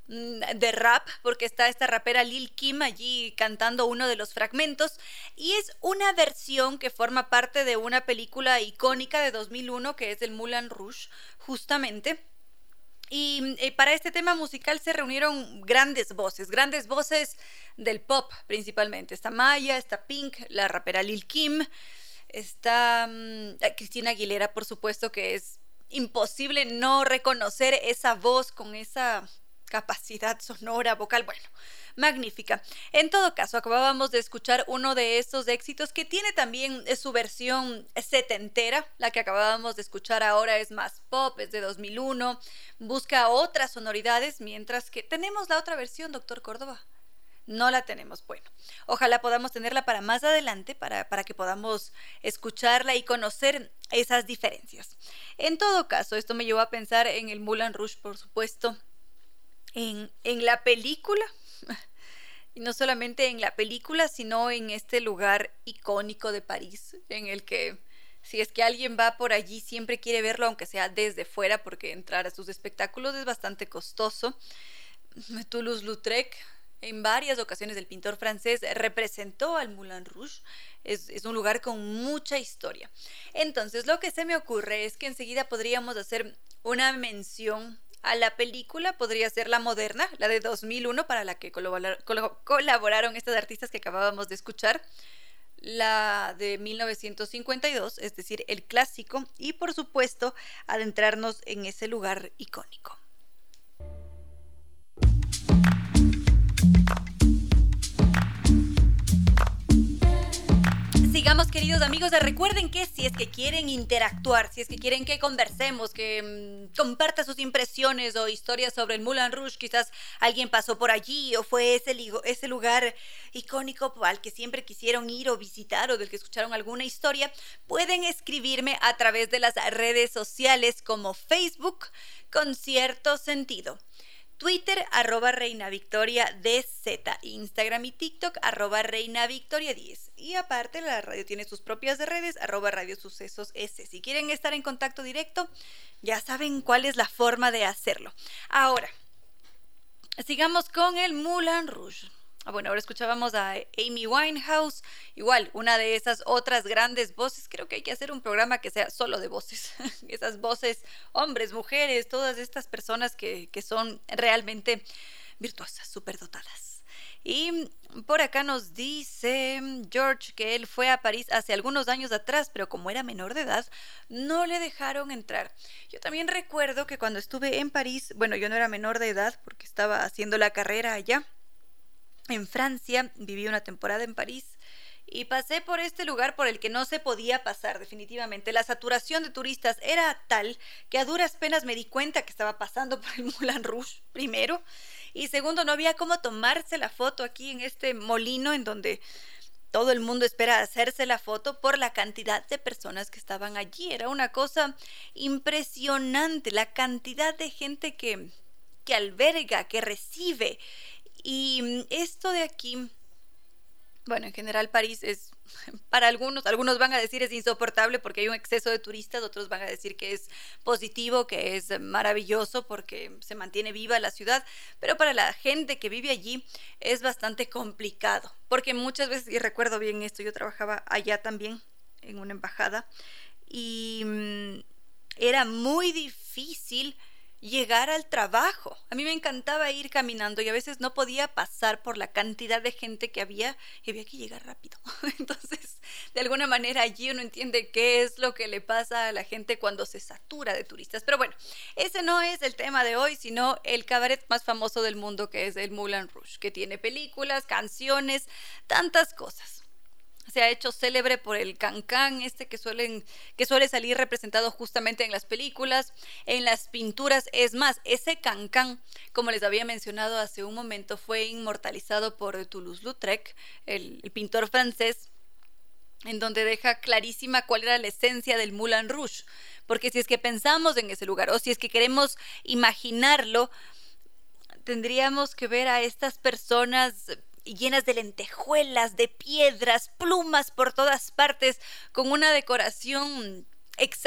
[SPEAKER 8] de rap, porque está esta rapera Lil Kim allí cantando uno de los fragmentos, y es una versión que forma parte de una película icónica de dos mil uno que es el Moulin Rouge, justamente. Y eh, para este tema musical se reunieron grandes voces, grandes voces del pop principalmente. Está Maya, está Pink, la rapera Lil Kim, está um, Cristina Aguilera, por supuesto, que es imposible no reconocer esa voz con esa capacidad sonora, vocal, bueno, magnífica. En todo caso, acabábamos de escuchar uno de estos éxitos que tiene también su versión setentera. La que acabábamos de escuchar ahora es más pop, es de dos mil uno, busca otras sonoridades, mientras que tenemos la otra versión, doctor Córdoba. No la tenemos. Bueno, ojalá podamos tenerla para más adelante, para, para que podamos escucharla y conocer esas diferencias. En todo caso, esto me llevó a pensar en el Moulin Rouge, por supuesto, en, en la película, y no solamente en la película, sino en este lugar icónico de París, en el que si es que alguien va por allí siempre quiere verlo, aunque sea desde fuera, porque entrar a sus espectáculos es bastante costoso. Toulouse-Lautrec, en varias ocasiones el pintor francés representó al Moulin Rouge. Es, es un lugar con mucha historia. Entonces lo que se me ocurre es que enseguida podríamos hacer una mención a la película. Podría ser la moderna, la de dos mil uno, para la que colabor- col- colaboraron estos artistas que acabábamos de escuchar, la de mil novecientos cincuenta y dos, es decir, el clásico, y por supuesto adentrarnos en ese lugar icónico. Sigamos, queridos amigos. Recuerden que si es que quieren interactuar, si es que quieren que conversemos, que mmm, compartan sus impresiones o historias sobre el Moulin Rouge, quizás alguien pasó por allí o fue ese, ese lugar icónico al que siempre quisieron ir o visitar, o del que escucharon alguna historia, pueden escribirme a través de las redes sociales como Facebook, Con Cierto Sentido, Twitter, arroba Reina Victoria D Z, Instagram y TikTok, arroba Reina Victoria diez. Y aparte, la radio tiene sus propias redes, arroba Radio Sucesos S. Si quieren estar en contacto directo, ya saben cuál es la forma de hacerlo. Ahora, sigamos con el Moulin Rouge. Bueno, ahora escuchábamos a Amy Winehouse, igual, una de esas otras grandes voces. Creo que hay que hacer un programa que sea solo de voces, esas voces, hombres, mujeres, todas estas personas que, que son realmente virtuosas, superdotadas. Y por acá nos dice George que él fue a París hace algunos años atrás, pero como era menor de edad, no le dejaron entrar. Yo también recuerdo que cuando estuve en París, bueno, yo no era menor de edad porque estaba haciendo la carrera allá en Francia, viví una temporada en París y pasé por este lugar por el que no se podía pasar definitivamente. La saturación de turistas era tal que a duras penas me di cuenta que estaba pasando por el Moulin Rouge, primero, y segundo, no había cómo tomarse la foto aquí en este molino en donde todo el mundo espera hacerse la foto por la cantidad de personas que estaban allí. Era una cosa impresionante, la cantidad de gente que, que alberga, que recibe. Y esto de aquí, bueno, en general París es, para algunos, algunos van a decir es insoportable porque hay un exceso de turistas, otros van a decir que es positivo, que es maravilloso porque se mantiene viva la ciudad, pero para la gente que vive allí es bastante complicado, porque muchas veces, y recuerdo bien esto, yo trabajaba allá también en una embajada y mmm, era muy difícil llegar al trabajo. A mí me encantaba ir caminando y a veces no podía pasar por la cantidad de gente que había y había que llegar rápido. Entonces, de alguna manera allí uno entiende qué es lo que le pasa a la gente cuando se satura de turistas. Pero bueno, ese no es el tema de hoy, sino el cabaret más famoso del mundo, que es el Moulin Rouge, que tiene películas, canciones, tantas cosas. Se ha hecho célebre por el cancán este que, suelen, que suele salir representado justamente en las películas, en las pinturas. Es más, ese cancán, como les había mencionado hace un momento, fue inmortalizado por Toulouse-Lautrec, el, el pintor francés, en donde deja clarísima cuál era la esencia del Moulin Rouge. Porque si es que pensamos en ese lugar, o si es que queremos imaginarlo, tendríamos que ver a estas personas llenas de lentejuelas, de piedras, plumas por todas partes, con una decoración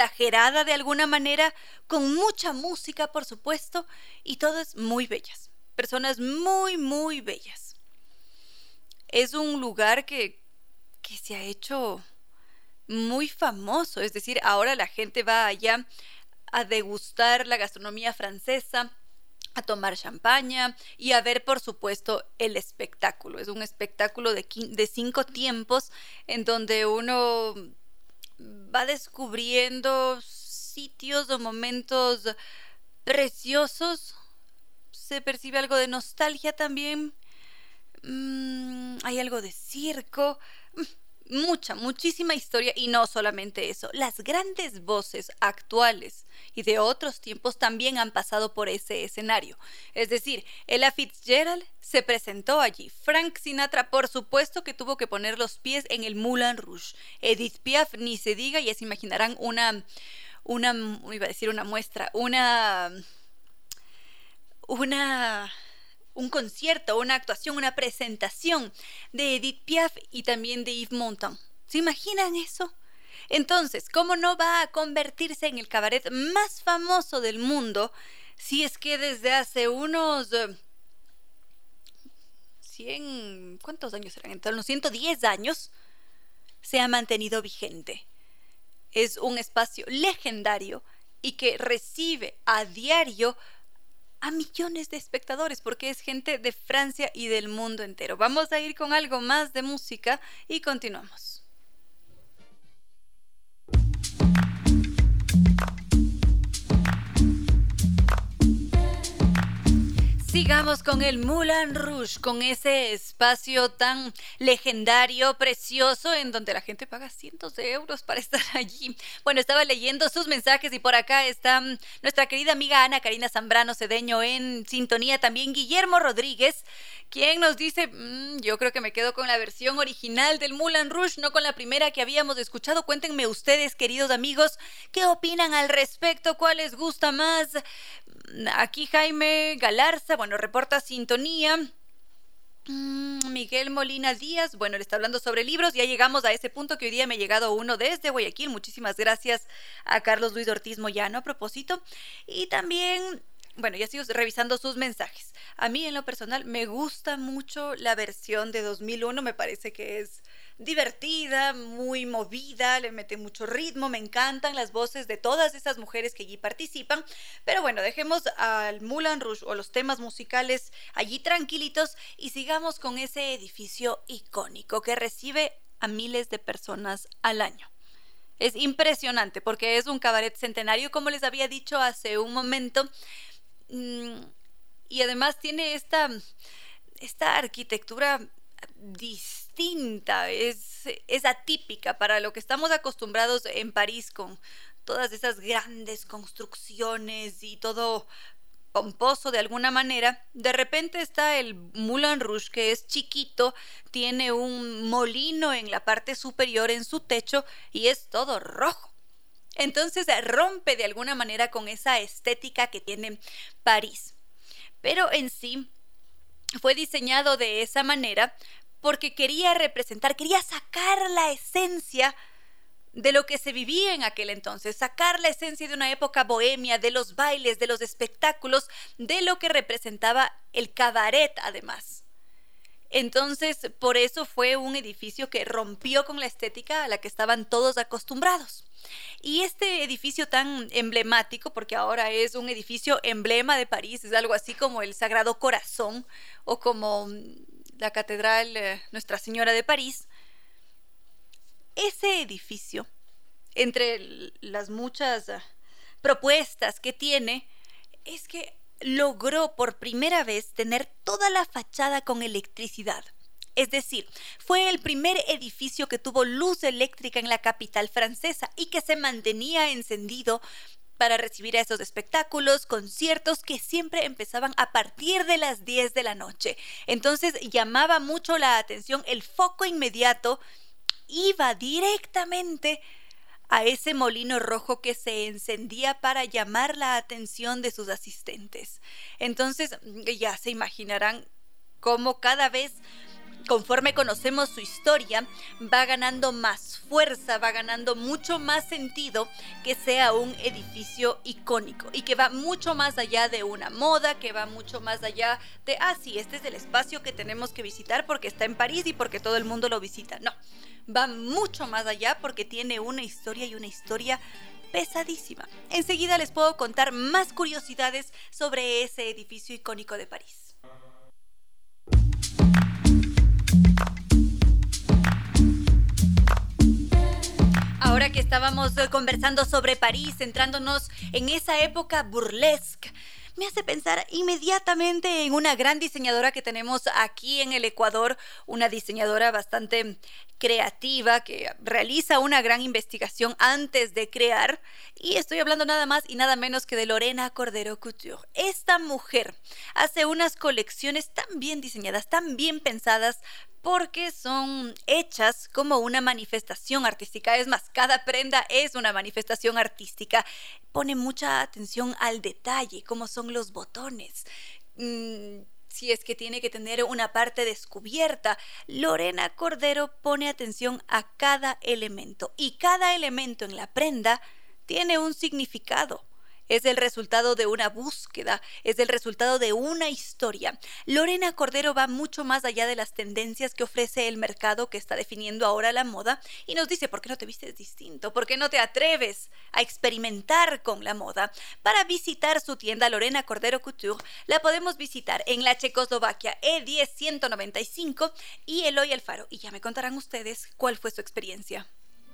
[SPEAKER 8] exagerada de alguna manera, con mucha música, por supuesto, y todas muy bellas. personas muy, muy bellas. Es un lugar que, que se ha hecho muy famoso, es decir, ahora la gente va allá a degustar la gastronomía francesa, a tomar champaña y a ver, por supuesto, el espectáculo. Es un espectáculo de, de cinco tiempos en donde uno va descubriendo sitios o momentos preciosos. Se percibe algo de nostalgia también. Mm, hay algo de circo. Mucha, muchísima historia, y no solamente eso. Las grandes voces actuales y de otros tiempos también han pasado por ese escenario. Es decir, Ella Fitzgerald se presentó allí. Frank Sinatra, por supuesto, que tuvo que poner los pies en el Moulin Rouge. Edith Piaf, ni se diga, ya se imaginarán una, una, iba a decir una muestra, una, una... un concierto, una actuación, una presentación de Edith Piaf y también de Yves Montand. ¿Se imaginan eso? Entonces, ¿cómo no va a convertirse en el cabaret más famoso del mundo si es que desde hace unos uh, cien, ¿cuántos años eran? Entonces, unos ciento diez años se ha mantenido vigente? Es un espacio legendario y que recibe a diario a millones de espectadores, porque es gente de Francia y del mundo entero. Vamos a ir con algo más de música y continuamos. Sigamos con el Moulin Rouge, con ese espacio tan legendario, precioso, en donde la gente paga cientos de euros para estar allí. Bueno, estaba leyendo sus mensajes y por acá está nuestra querida amiga Ana Karina Zambrano Cedeño en sintonía. También Guillermo Rodríguez, quien nos dice, mmm, yo creo que me quedo con la versión original del Moulin Rouge, no con la primera que habíamos escuchado. Cuéntenme ustedes, queridos amigos, ¿qué opinan al respecto? ¿Cuál les gusta más? Aquí Jaime Galarza, bueno, reporta sintonía. Mm, Miguel Molina Díaz, bueno, le está hablando sobre libros. Ya llegamos a ese punto que hoy día me ha llegado uno desde Guayaquil. Muchísimas gracias a Carlos Luis Ortiz Moyano a propósito. Y también, bueno, ya sigo revisando sus mensajes. A mí en lo personal me gusta mucho la versión de dos mil uno, me parece que es divertida, muy movida, le mete mucho ritmo, me encantan las voces de todas esas mujeres que allí participan, pero bueno, dejemos al Moulin Rouge o los temas musicales allí tranquilitos y sigamos con ese edificio icónico que recibe a miles de personas al año. Es impresionante porque es un cabaret centenario, como les había dicho hace un momento, y además tiene esta, esta arquitectura distinta, es, es atípica para lo que estamos acostumbrados en París, con todas esas grandes construcciones y todo pomposo de alguna manera. De repente está el Moulin Rouge, que es chiquito, tiene un molino en la parte superior en su techo y es todo rojo. Entonces rompe de alguna manera con esa estética que tiene París. Pero en sí fue diseñado de esa manera porque quería representar, quería sacar la esencia de lo que se vivía en aquel entonces, sacar la esencia de una época bohemia, de los bailes, de los espectáculos, de lo que representaba el cabaret además. Entonces, por eso fue un edificio que rompió con la estética a la que estaban todos acostumbrados. Y este edificio tan emblemático, porque ahora es un edificio emblema de París, es algo así como el Sagrado Corazón o como la Catedral eh, Nuestra Señora de París. Ese edificio, entre las muchas uh, propuestas que tiene, es que logró por primera vez tener toda la fachada con electricidad. Es decir, fue el primer edificio que tuvo luz eléctrica en la capital francesa y que se mantenía encendido para recibir a esos espectáculos, conciertos que siempre empezaban a partir de las diez de la noche. Entonces llamaba mucho la atención, el foco inmediato iba directamente a ese molino rojo que se encendía para llamar la atención de sus asistentes. Entonces ya se imaginarán cómo cada vez conforme conocemos su historia, va ganando más fuerza, va ganando mucho más sentido que sea un edificio icónico y que va mucho más allá de una moda, que va mucho más allá de, ah, sí, este es el espacio que tenemos que visitar porque está en París y porque todo el mundo lo visita. No, va mucho más allá porque tiene una historia y una historia pesadísima. Enseguida les puedo contar más curiosidades sobre ese edificio icónico de París. Ahora que estábamos conversando sobre París, centrándonos en esa época burlesque, me hace pensar inmediatamente en una gran diseñadora que tenemos aquí en el Ecuador, una diseñadora bastante creativa que realiza una gran investigación antes de crear, y estoy hablando nada más y nada menos que de Lorena Cordero Couture. Esta mujer hace unas colecciones tan bien diseñadas, tan bien pensadas, porque son hechas como una manifestación artística. Es más, cada prenda es una manifestación artística. Pone mucha atención al detalle, como son los botones. Mm, si es que tiene que tener una parte descubierta. Lorena Cordero pone atención a cada elemento, y cada elemento en la prenda tiene un significado. Es el resultado de una búsqueda, es el resultado de una historia. Lorena Cordero va mucho más allá de las tendencias que ofrece el mercado que está definiendo ahora la moda, y nos dice, ¿por qué no te vistes distinto? ¿Por qué no te atreves a experimentar con la moda? Para visitar su tienda Lorena Cordero Couture, la podemos visitar en la Checoslovaquia E diez ciento noventa y cinco y Eloy Alfaro, y ya me contarán ustedes cuál fue su experiencia.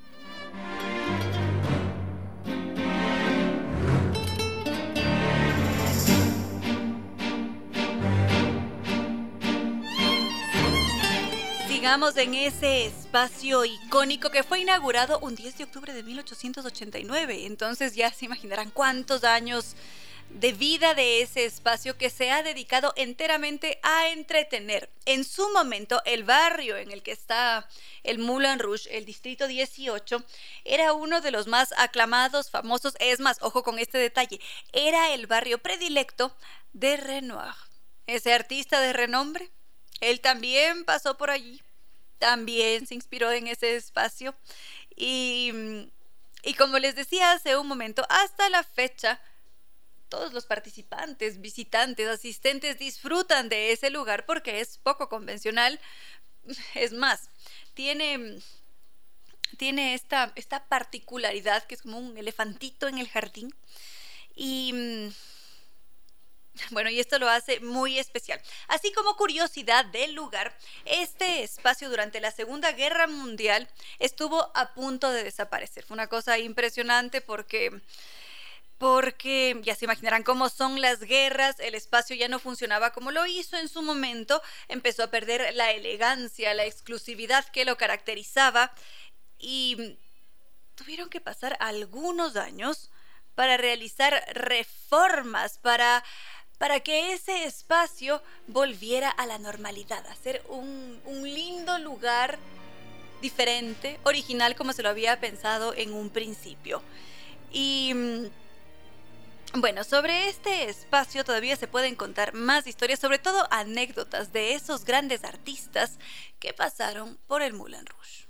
[SPEAKER 8] Sigamos en ese espacio icónico que fue inaugurado un diez de octubre de mil ochocientos ochenta y nueve. Entonces ya se imaginarán cuántos años de vida de ese espacio que se ha dedicado enteramente a entretener. En su momento, el barrio en el que está el Moulin Rouge, el distrito dieciocho, era uno de los más aclamados, famosos. Es más, ojo con este detalle, era el barrio predilecto de Renoir, ese artista de renombre. Él también pasó por allí, también se inspiró en ese espacio y, y como les decía hace un momento, hasta la fecha todos los participantes, visitantes, asistentes disfrutan de ese lugar porque es poco convencional. Es más, tiene, tiene esta, esta particularidad que es como un elefantito en el jardín y... Bueno, y esto lo hace muy especial. Así como curiosidad del lugar, este espacio durante la Segunda Guerra Mundial estuvo a punto de desaparecer. Fue una cosa impresionante porque, porque ya se imaginarán cómo son las guerras, el espacio ya no funcionaba como lo hizo en su momento, empezó a perder la elegancia, la exclusividad que lo caracterizaba y tuvieron que pasar algunos años para realizar reformas, para... para que ese espacio volviera a la normalidad, a ser un, un lindo lugar diferente, original como se lo había pensado en un principio. Y bueno, sobre este espacio todavía se pueden contar más historias, sobre todo anécdotas de esos grandes artistas que pasaron por el Moulin Rouge.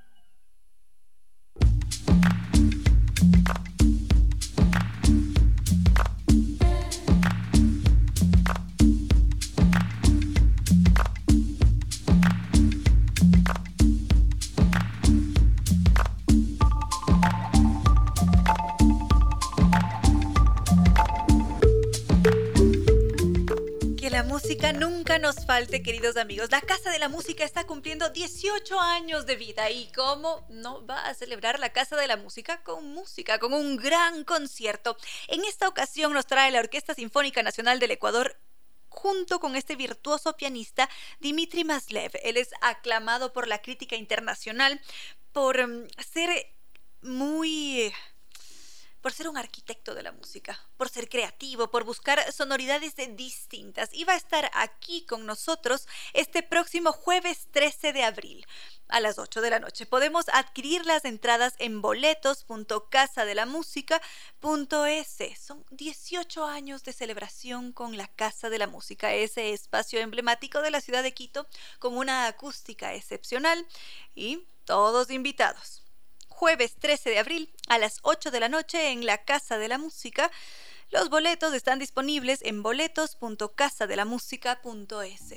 [SPEAKER 8] La música nunca nos falte, queridos amigos. La Casa de la Música está cumpliendo dieciocho años de vida y ¿cómo no va a celebrar la Casa de la Música con música, con un gran concierto? En esta ocasión nos trae la Orquesta Sinfónica Nacional del Ecuador junto con este virtuoso pianista Dimitri Maslev. Él es aclamado por la crítica internacional por um, ser muy... por ser un arquitecto de la música, por ser creativo, por buscar sonoridades distintas. Y va a estar aquí con nosotros este próximo jueves trece de abril a las ocho de la noche. Podemos adquirir las entradas en boletos punto casa de la música punto es. Son dieciocho años de celebración con la Casa de la Música, ese espacio emblemático de la ciudad de Quito con una acústica excepcional y todos invitados. Jueves trece de abril a las ocho de la noche en la Casa de la Música. Los boletos están disponibles en boletos punto casa de la música punto es.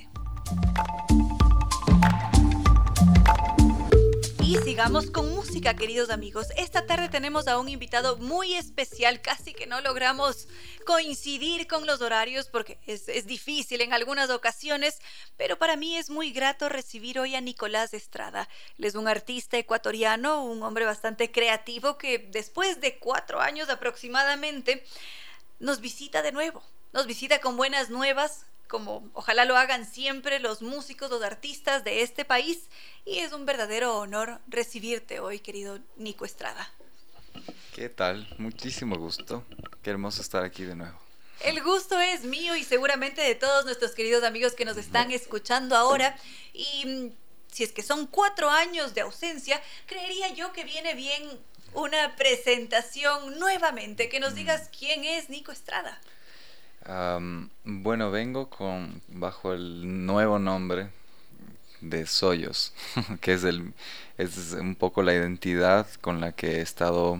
[SPEAKER 8] Y sigamos con música, queridos amigos. Esta tarde tenemos a un invitado muy especial. Casi que no logramos coincidir con los horarios porque es, es difícil en algunas ocasiones, pero para mí es muy grato recibir hoy a Nicolás Estrada. Él es un artista ecuatoriano, un hombre bastante creativo que después de cuatro años aproximadamente nos visita de nuevo. Nos visita con buenas nuevas, como ojalá lo hagan siempre los músicos, los artistas de este país, y es un verdadero honor recibirte hoy, querido Nico Estrada.
[SPEAKER 9] ¿Qué tal? Muchísimo gusto. Qué hermoso estar aquí de nuevo.
[SPEAKER 8] El gusto es mío y seguramente de todos nuestros queridos amigos que nos están escuchando ahora. Y si es que son cuatro años de ausencia, creería yo que viene bien una presentación nuevamente, que nos digas quién es Nico Estrada.
[SPEAKER 9] Um, bueno, vengo con bajo el nuevo nombre de Soyos, que es, el, es un poco la identidad con la que he estado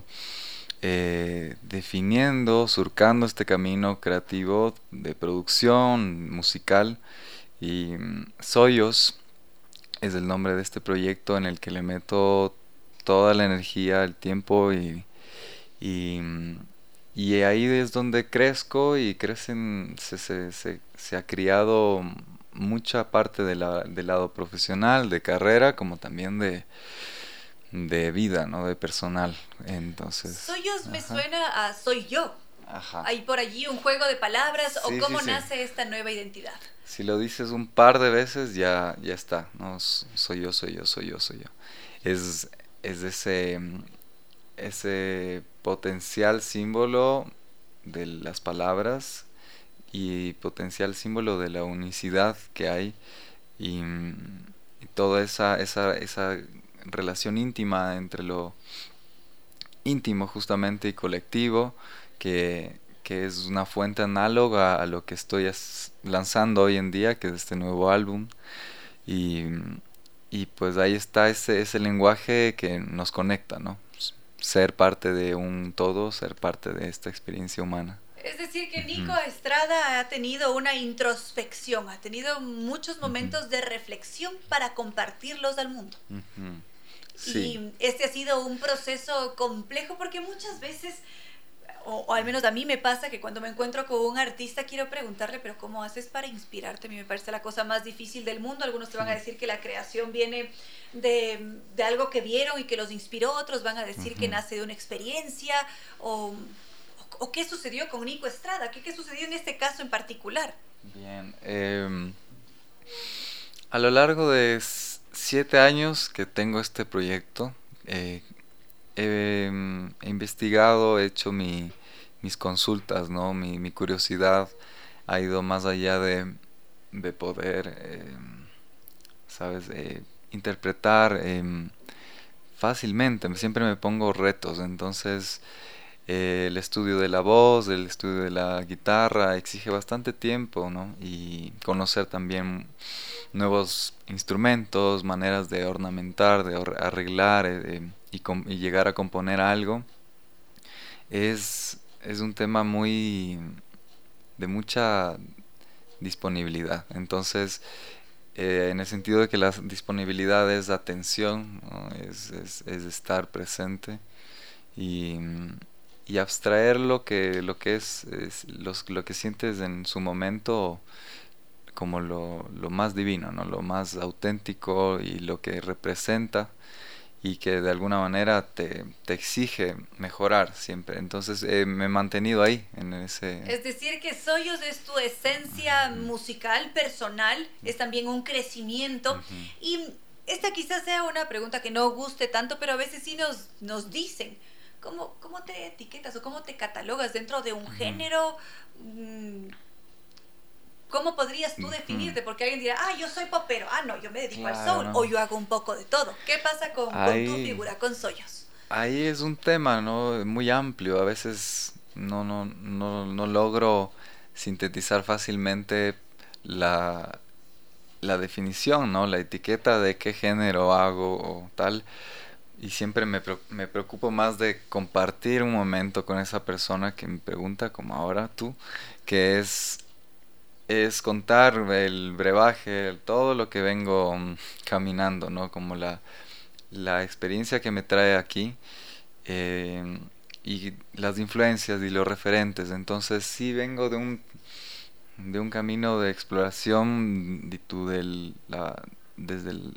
[SPEAKER 9] eh, definiendo, surcando este camino creativo de producción musical. Y um, Soyos es el nombre de este proyecto en el que le meto toda la energía, el tiempo y... y Y ahí es donde crezco y crecen, se, se, se, se ha criado mucha parte de la, del lado profesional, de carrera, como también de, de vida, ¿no? De personal. Entonces,
[SPEAKER 8] Soyos me
[SPEAKER 9] ajá.
[SPEAKER 8] suena a soy yo.
[SPEAKER 9] Ajá.
[SPEAKER 8] ¿Hay por allí un juego de palabras
[SPEAKER 9] Sí,
[SPEAKER 8] o cómo
[SPEAKER 9] sí, sí.
[SPEAKER 8] nace esta nueva identidad?
[SPEAKER 9] Si lo dices un par de veces, ya, ya está, ¿no? Soy yo, soy yo, soy yo, soy yo. Es, es ese... ese potencial símbolo de las palabras y potencial símbolo de la unicidad que hay y, y toda esa, esa, esa relación íntima entre lo íntimo justamente y colectivo que, que es una fuente análoga a lo que estoy as- lanzando hoy en día, que es este nuevo álbum. Y, y pues ahí está ese, ese lenguaje que nos conecta, ¿no? Ser parte de un todo, ser parte de esta experiencia humana.
[SPEAKER 8] Es decir, que Nico uh-huh. Estrada ha tenido una introspección, ha tenido muchos momentos uh-huh. de reflexión para compartirlos al mundo.
[SPEAKER 9] Uh-huh.
[SPEAKER 8] Sí. Y este ha sido un proceso complejo porque muchas veces, o, o al menos a mí me pasa que cuando me encuentro con un artista quiero preguntarle, pero ¿cómo haces para inspirarte? A mí me parece la cosa más difícil del mundo. Algunos te van a decir que la creación viene de, de algo que vieron y que los inspiró, otros van a decir uh-huh. que nace de una experiencia, o, o, o qué sucedió con Nico Estrada, ¿Qué, qué sucedió en este caso en particular.
[SPEAKER 9] Bien, eh, a lo largo de siete años que tengo este proyecto, eh, He, he investigado, he hecho mi, mis consultas, ¿no? Mi, mi curiosidad ha ido más allá de, de poder, eh, ¿sabes? Eh, interpretar eh, fácilmente. Siempre me pongo retos, entonces eh, el estudio de la voz, el estudio de la guitarra exige bastante tiempo, ¿no? Y conocer también nuevos instrumentos, maneras de ornamentar, de arreglar, eh, Y, com- y llegar a componer algo es, es un tema muy de mucha disponibilidad. Entonces, eh, en el sentido de que la disponibilidad es atención, ¿no? es, es, es estar presente y, y abstraer lo que, lo que es, es los, lo que sientes en su momento como lo, lo más divino, ¿no? Lo más auténtico y lo que representa y que de alguna manera te, te exige mejorar siempre. Entonces eh, me he mantenido ahí en ese...
[SPEAKER 8] Es decir, que Soyos es tu esencia uh-huh. musical, personal, uh-huh. es también un crecimiento. Uh-huh. Y esta quizás sea una pregunta que no guste tanto, pero a veces sí nos, nos dicen, ¿cómo, cómo te etiquetas o cómo te catalogas dentro de un género? ¿Cómo podrías tú definirte? Porque alguien dirá, ah, yo soy popero, ah, no, yo me dedico
[SPEAKER 9] Claro,
[SPEAKER 8] al soul,
[SPEAKER 9] no.
[SPEAKER 8] o yo hago un poco de todo. ¿Qué pasa con,
[SPEAKER 9] Ahí-
[SPEAKER 8] con tu figura, con Soyos?
[SPEAKER 9] Ahí es un tema, ¿no? Muy amplio. A veces no, no, no, no logro sintetizar fácilmente la, la definición, ¿no? La etiqueta de qué género hago o tal. Y siempre me, preo- me preocupo más de compartir un momento con esa persona que me pregunta, como ahora tú, que es, es contar el brebaje, el- todo lo que vengo mm, caminando, ¿no? Como la, la experiencia que me trae aquí, eh, y las influencias y los referentes. Entonces sí vengo de un, de un camino de exploración de tu- del, la- desde el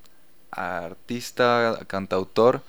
[SPEAKER 9] artista, cantautor,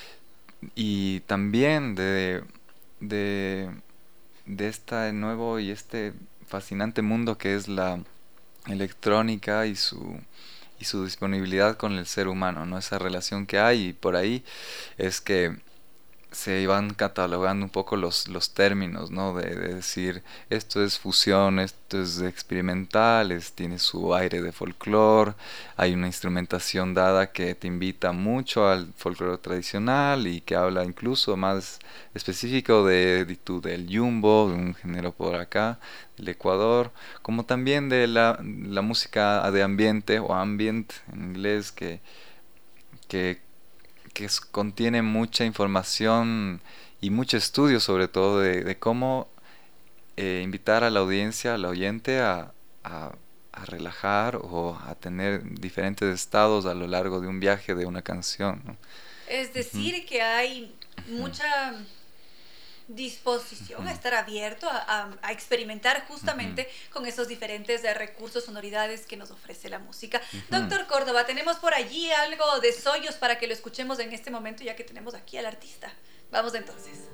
[SPEAKER 9] y también de, de, de este nuevo y este fascinante mundo que es la electrónica y su, y su disponibilidad con el ser humano, ¿no? Esa relación que hay, y por ahí es que se iban catalogando un poco los, los términos, ¿no? De, de decir, esto es fusión, esto es experimental, es- tiene su aire de folclore, hay una instrumentación dada que te invita mucho al folclore tradicional y que habla incluso más específico de, de tu- del yumbo, de un género por acá, del Ecuador, como también de la, la música de ambiente o ambient en inglés, que, que que es- contiene mucha información y mucho estudio sobre todo de, de cómo eh, invitar a la audiencia, al oyente a, a- a relajar o a tener diferentes estados a lo largo de un viaje de una canción, ¿no?
[SPEAKER 8] Es decir, que hay mucha disposición a estar abierto a, a- a experimentar justamente con esos diferentes eh, recursos, sonoridades que nos ofrece la música. Doctor Córdoba, tenemos por allí algo de Soyos para que lo escuchemos en este momento, ya que tenemos aquí al artista. Vamos entonces.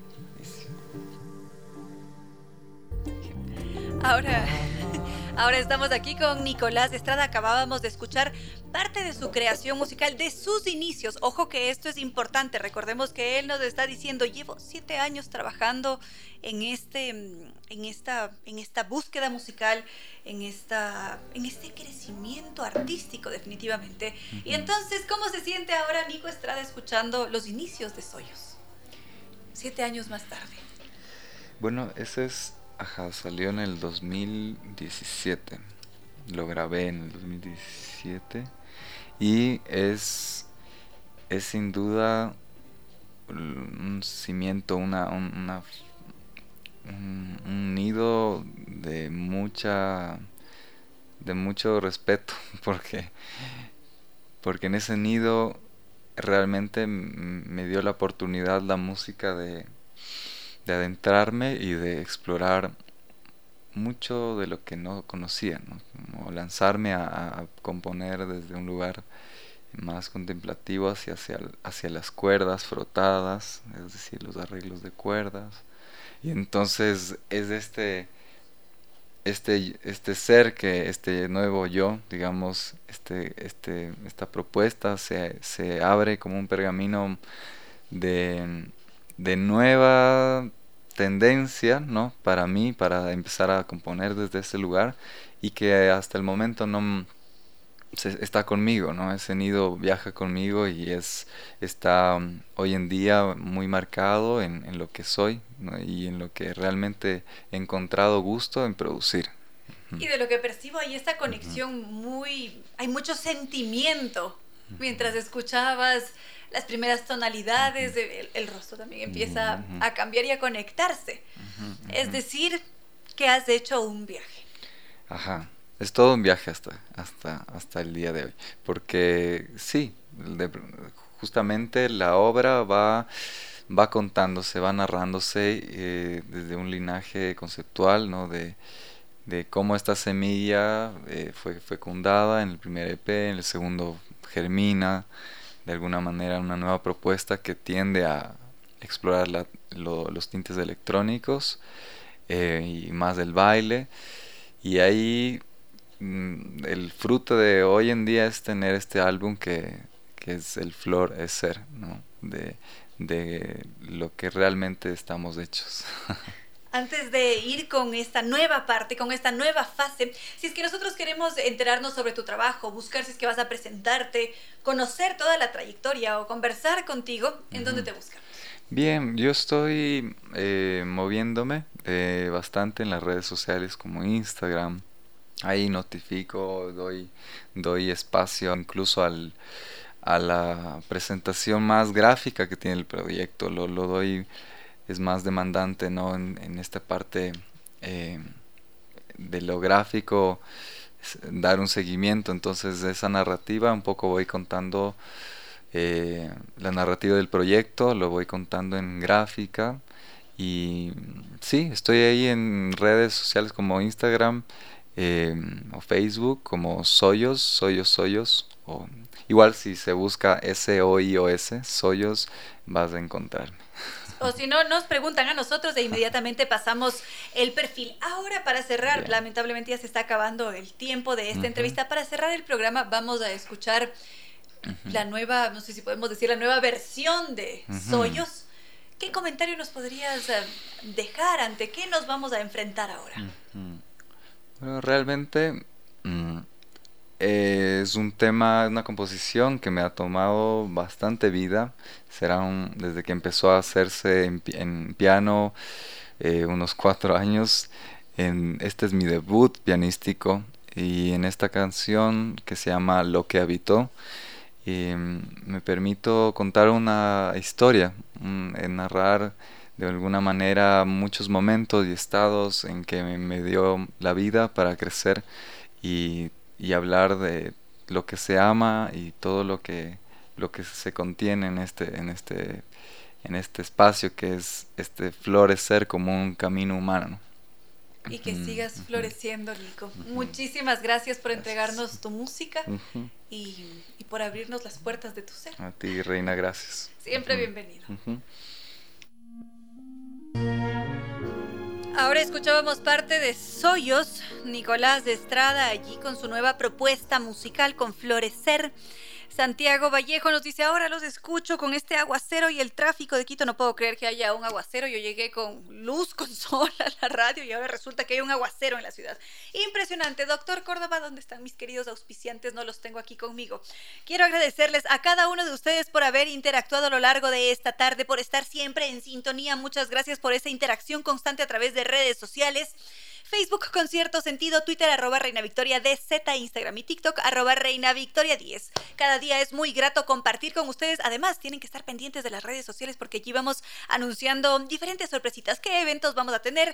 [SPEAKER 8] Ahora, ahora estamos aquí con Nicolás Estrada. Acabábamos de escuchar parte de su creación musical, de sus inicios. Ojo que esto es importante. Recordemos que él nos está diciendo, llevo siete años trabajando en este, en esta, en esta búsqueda musical, en esta, en este crecimiento artístico, definitivamente. Y entonces, ¿cómo se siente ahora Nico Estrada escuchando los inicios de Soyos? Siete años más tarde.
[SPEAKER 9] Bueno, ese es, ajá, salió en el dos mil diecisiete. Lo grabé en el dos mil diecisiete y es, es sin duda un cimiento, una, un, una- un, un nido de mucha, de mucho respeto, porque, porque en ese nido realmente m- me dio la oportunidad la música de, de adentrarme y de explorar mucho de lo que no conocía, ¿no? Como lanzarme a, a componer desde un lugar más contemplativo hacia, hacia, el- hacia las cuerdas frotadas, es decir, los arreglos de cuerdas. Y entonces es este, este, este ser que, este nuevo yo, digamos, este, este, esta propuesta se, se abre como un pergamino de, de nueva tendencia, ¿no? Para mí, para empezar a componer desde ese lugar, y que hasta el momento no m- se- está conmigo, ¿no? Ese nido viaja conmigo y es está mm, hoy en día muy marcado en, en lo que soy, ¿no? Y en lo que realmente he encontrado gusto en producir.
[SPEAKER 8] Y de lo que percibo hay esta conexión muy... Hay mucho sentimiento mientras escuchabas las primeras tonalidades, el, el rostro también empieza a cambiar y a conectarse. Es decir, que has hecho un viaje.
[SPEAKER 9] Ajá, es todo un viaje hasta, hasta, hasta el día de hoy, porque sí, de- justamente la obra va, va contándose, va narrándose eh, desde un linaje conceptual, ¿no? De, de cómo esta semilla eh, fue fecundada en el primer E P, en el segundo germina, de alguna manera una nueva propuesta que tiende a explorar la- lo- los tintes electrónicos eh, y más del baile. Y ahí mm, el fruto de hoy en día es tener este álbum que, que es El Flor es Ser, ¿no? De, de lo que realmente estamos hechos.
[SPEAKER 8] Antes de ir con esta nueva parte, con esta nueva fase, si es que nosotros queremos enterarnos sobre tu trabajo, buscar si es que vas a presentarte, conocer toda la trayectoria o conversar contigo, ¿en uh-huh. dónde te buscan?
[SPEAKER 9] Bien, yo estoy eh, moviéndome eh, bastante en las redes sociales como Instagram. Ahí notifico, doy, doy espacio incluso al, a la presentación más gráfica que tiene el proyecto. Lo, lo doy... es más demandante, ¿no? En, en esta parte eh, de lo gráfico, dar un seguimiento. Entonces, de esa narrativa un poco voy contando eh, la narrativa del proyecto, lo voy contando en gráfica. Y sí, estoy ahí en redes sociales como Instagram eh, o Facebook, como Soyos, Soyos, Soyos. O, igual si se busca S O I O S, Soyos, vas a encontrarme.
[SPEAKER 8] O si no, nos preguntan a nosotros e inmediatamente pasamos el perfil. Ahora, para cerrar, bien, lamentablemente ya se está acabando el tiempo de esta uh-huh. entrevista. Para cerrar el programa vamos a escuchar uh-huh. la nueva, no sé si podemos decir, la nueva versión de uh-huh. Soyos. ¿Qué comentario nos podrías dejar? ¿Ante qué nos vamos a enfrentar ahora?
[SPEAKER 9] Uh-huh. Bueno, realmente... Um, es un tema, una composición que me ha tomado bastante vida. Será un, desde que empezó a hacerse en, en piano, eh, unos cuatro años. En, este es mi debut pianístico y en esta canción que se llama Lo que habitó, eh, me permito contar una historia, un, en narrar de alguna manera muchos momentos y estados en que me, me dio la vida para crecer y y hablar de lo que se ama y todo lo que lo que se contiene en este en este en este espacio que es este florecer como un camino humano.
[SPEAKER 8] Y que uh-huh, sigas uh-huh. floreciendo, Nico. Uh-huh. Muchísimas gracias por gracias. entregarnos tu música uh-huh. y, y por abrirnos las puertas de tu ser.
[SPEAKER 9] A ti, Reina, gracias.
[SPEAKER 8] Siempre uh-huh. bienvenido. Uh-huh. Ahora escuchábamos parte de Soyos, Nicolás de Estrada allí con su nueva propuesta musical con Florecer. Santiago Vallejo nos dice, ahora los escucho con este aguacero y el tráfico de Quito. No puedo creer que haya un aguacero. Yo llegué con luz, con sol a la radio y ahora resulta que hay un aguacero en la ciudad. Impresionante. Doctor Córdoba, ¿dónde están mis queridos auspiciantes? No los tengo aquí conmigo. Quiero agradecerles a cada uno de ustedes por haber interactuado a lo largo de esta tarde, por estar siempre en sintonía. Muchas gracias por esa interacción constante a través de redes sociales. Facebook con cierto sentido, Twitter arroba Reina Victoria D Z, Instagram y TikTok arroba Reina Victoria diez. Cada día es muy grato compartir con ustedes. Además, tienen que estar pendientes de las redes sociales porque allí vamos anunciando diferentes sorpresitas. ¿Qué eventos vamos a tener?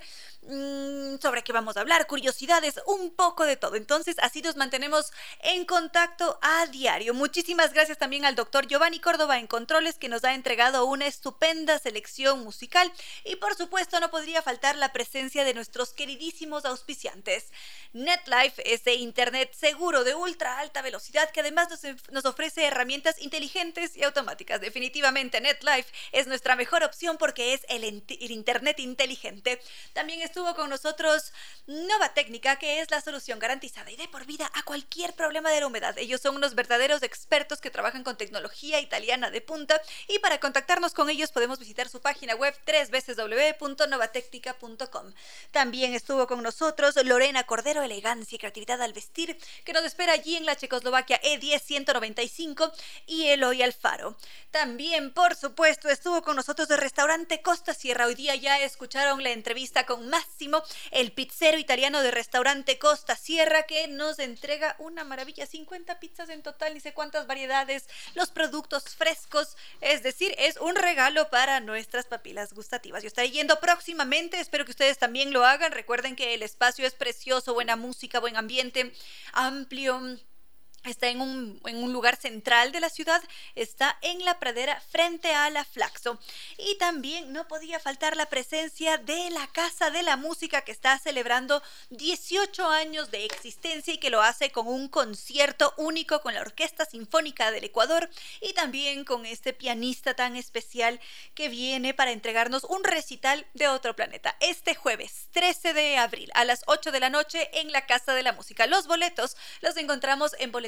[SPEAKER 8] Mm, ¿Sobre qué vamos a hablar? Curiosidades, un poco de todo. Entonces, así nos mantenemos en contacto a diario. Muchísimas gracias también al doctor Giovanni Córdoba en Controles, que nos ha entregado una estupenda selección musical. Y por supuesto, no podría faltar la presencia de nuestros queridísimos auspiciantes. NetLife, ese internet seguro de ultra alta velocidad que además nos, nos ofrece herramientas inteligentes y automáticas. Definitivamente NetLife es nuestra mejor opción porque es el, el internet inteligente. También estuvo con nosotros Nova Técnica, que es la solución garantizada y de por vida a cualquier problema de la humedad. Ellos son unos verdaderos expertos que trabajan con tecnología italiana de punta y para contactarnos con ellos podemos visitar su página web doble u doble u doble u punto novatecnica punto com. También estuvo con nosotros Lorena Cordero, elegancia y creatividad al vestir, que nos espera allí en la Checoslovaquia E diez ciento noventa y cinco, y Eloy Alfaro. También, por supuesto, estuvo con nosotros el restaurante Costa Sierra. Hoy día ya escucharon la entrevista con Máximo, el pizzero italiano de restaurante Costa Sierra, que nos entrega una maravilla, cincuenta pizzas en total, ni sé cuántas variedades, los productos frescos, es decir, es un regalo para nuestras papilas gustativas. Yo estaré yendo próximamente, espero que ustedes también lo hagan. Recuerden que el espacio es precioso, buena música, buen ambiente, amplio. Está en un, en un lugar central de la ciudad, está en la pradera frente a la Flaxo. Y también no podía faltar la presencia de la Casa de la Música, que está celebrando dieciocho años de existencia y que lo hace con un concierto único con la Orquesta Sinfónica del Ecuador y también con este pianista tan especial que viene para entregarnos un recital de otro planeta. Este jueves trece de abril a las ocho de la noche en la Casa de la Música. Los boletos los encontramos en boletería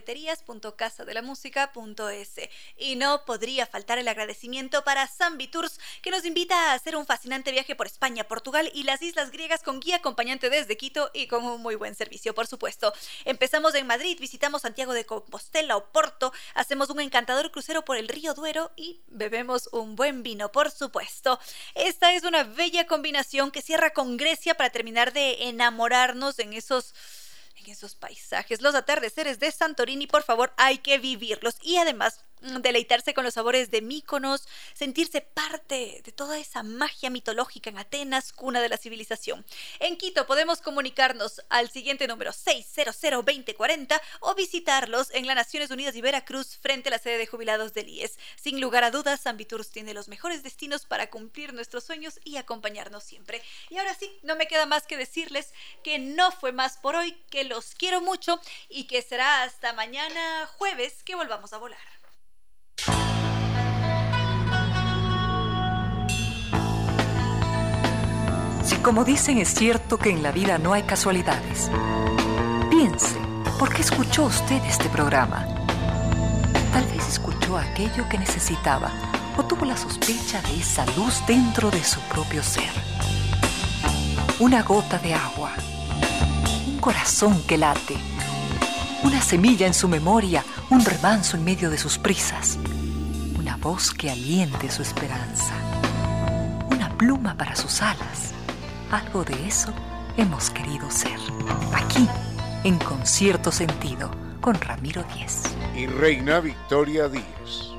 [SPEAKER 8] boleterías punto casa de la música punto es. Y no podría faltar el agradecimiento para Zambi Tours, que nos invita a hacer un fascinante viaje por España, Portugal y las islas griegas con guía acompañante desde Quito y con un muy buen servicio, por supuesto. Empezamos en Madrid, visitamos Santiago de Compostela o Porto, hacemos un encantador crucero por el río Duero y bebemos un buen vino, por supuesto. Esta es una bella combinación que cierra con Grecia para terminar de enamorarnos en esos... en esos paisajes. Los atardeceres de Santorini, por favor, hay que vivirlos. Y además, deleitarse con los sabores de Míkonos, sentirse parte de toda esa magia mitológica en Atenas, cuna de la civilización. En Quito podemos comunicarnos al siguiente número seis cero cero, veinte cuarenta o visitarlos en las Naciones Unidas y Veracruz frente a la sede de jubilados del I E S. Sin lugar a dudas, Zambi Tours tiene los mejores destinos para cumplir nuestros sueños y acompañarnos siempre. Y ahora sí, no me queda más que decirles que no fue más por hoy, que los quiero mucho y que será hasta mañana jueves que volvamos a volar.
[SPEAKER 1] Si como dicen es cierto que en la vida no hay casualidades, piense, ¿por qué escuchó usted este programa? Tal vez escuchó aquello que necesitaba o tuvo la sospecha de esa luz dentro de su propio ser. Una gota de agua, un corazón que late, una semilla en su memoria, un remanso en medio de sus prisas, una voz que aliente su esperanza, una pluma para sus alas. Algo de eso hemos querido ser. Aquí, en Concierto Sentido, con Ramiro Díez.
[SPEAKER 2] Y Reina Victoria Díez.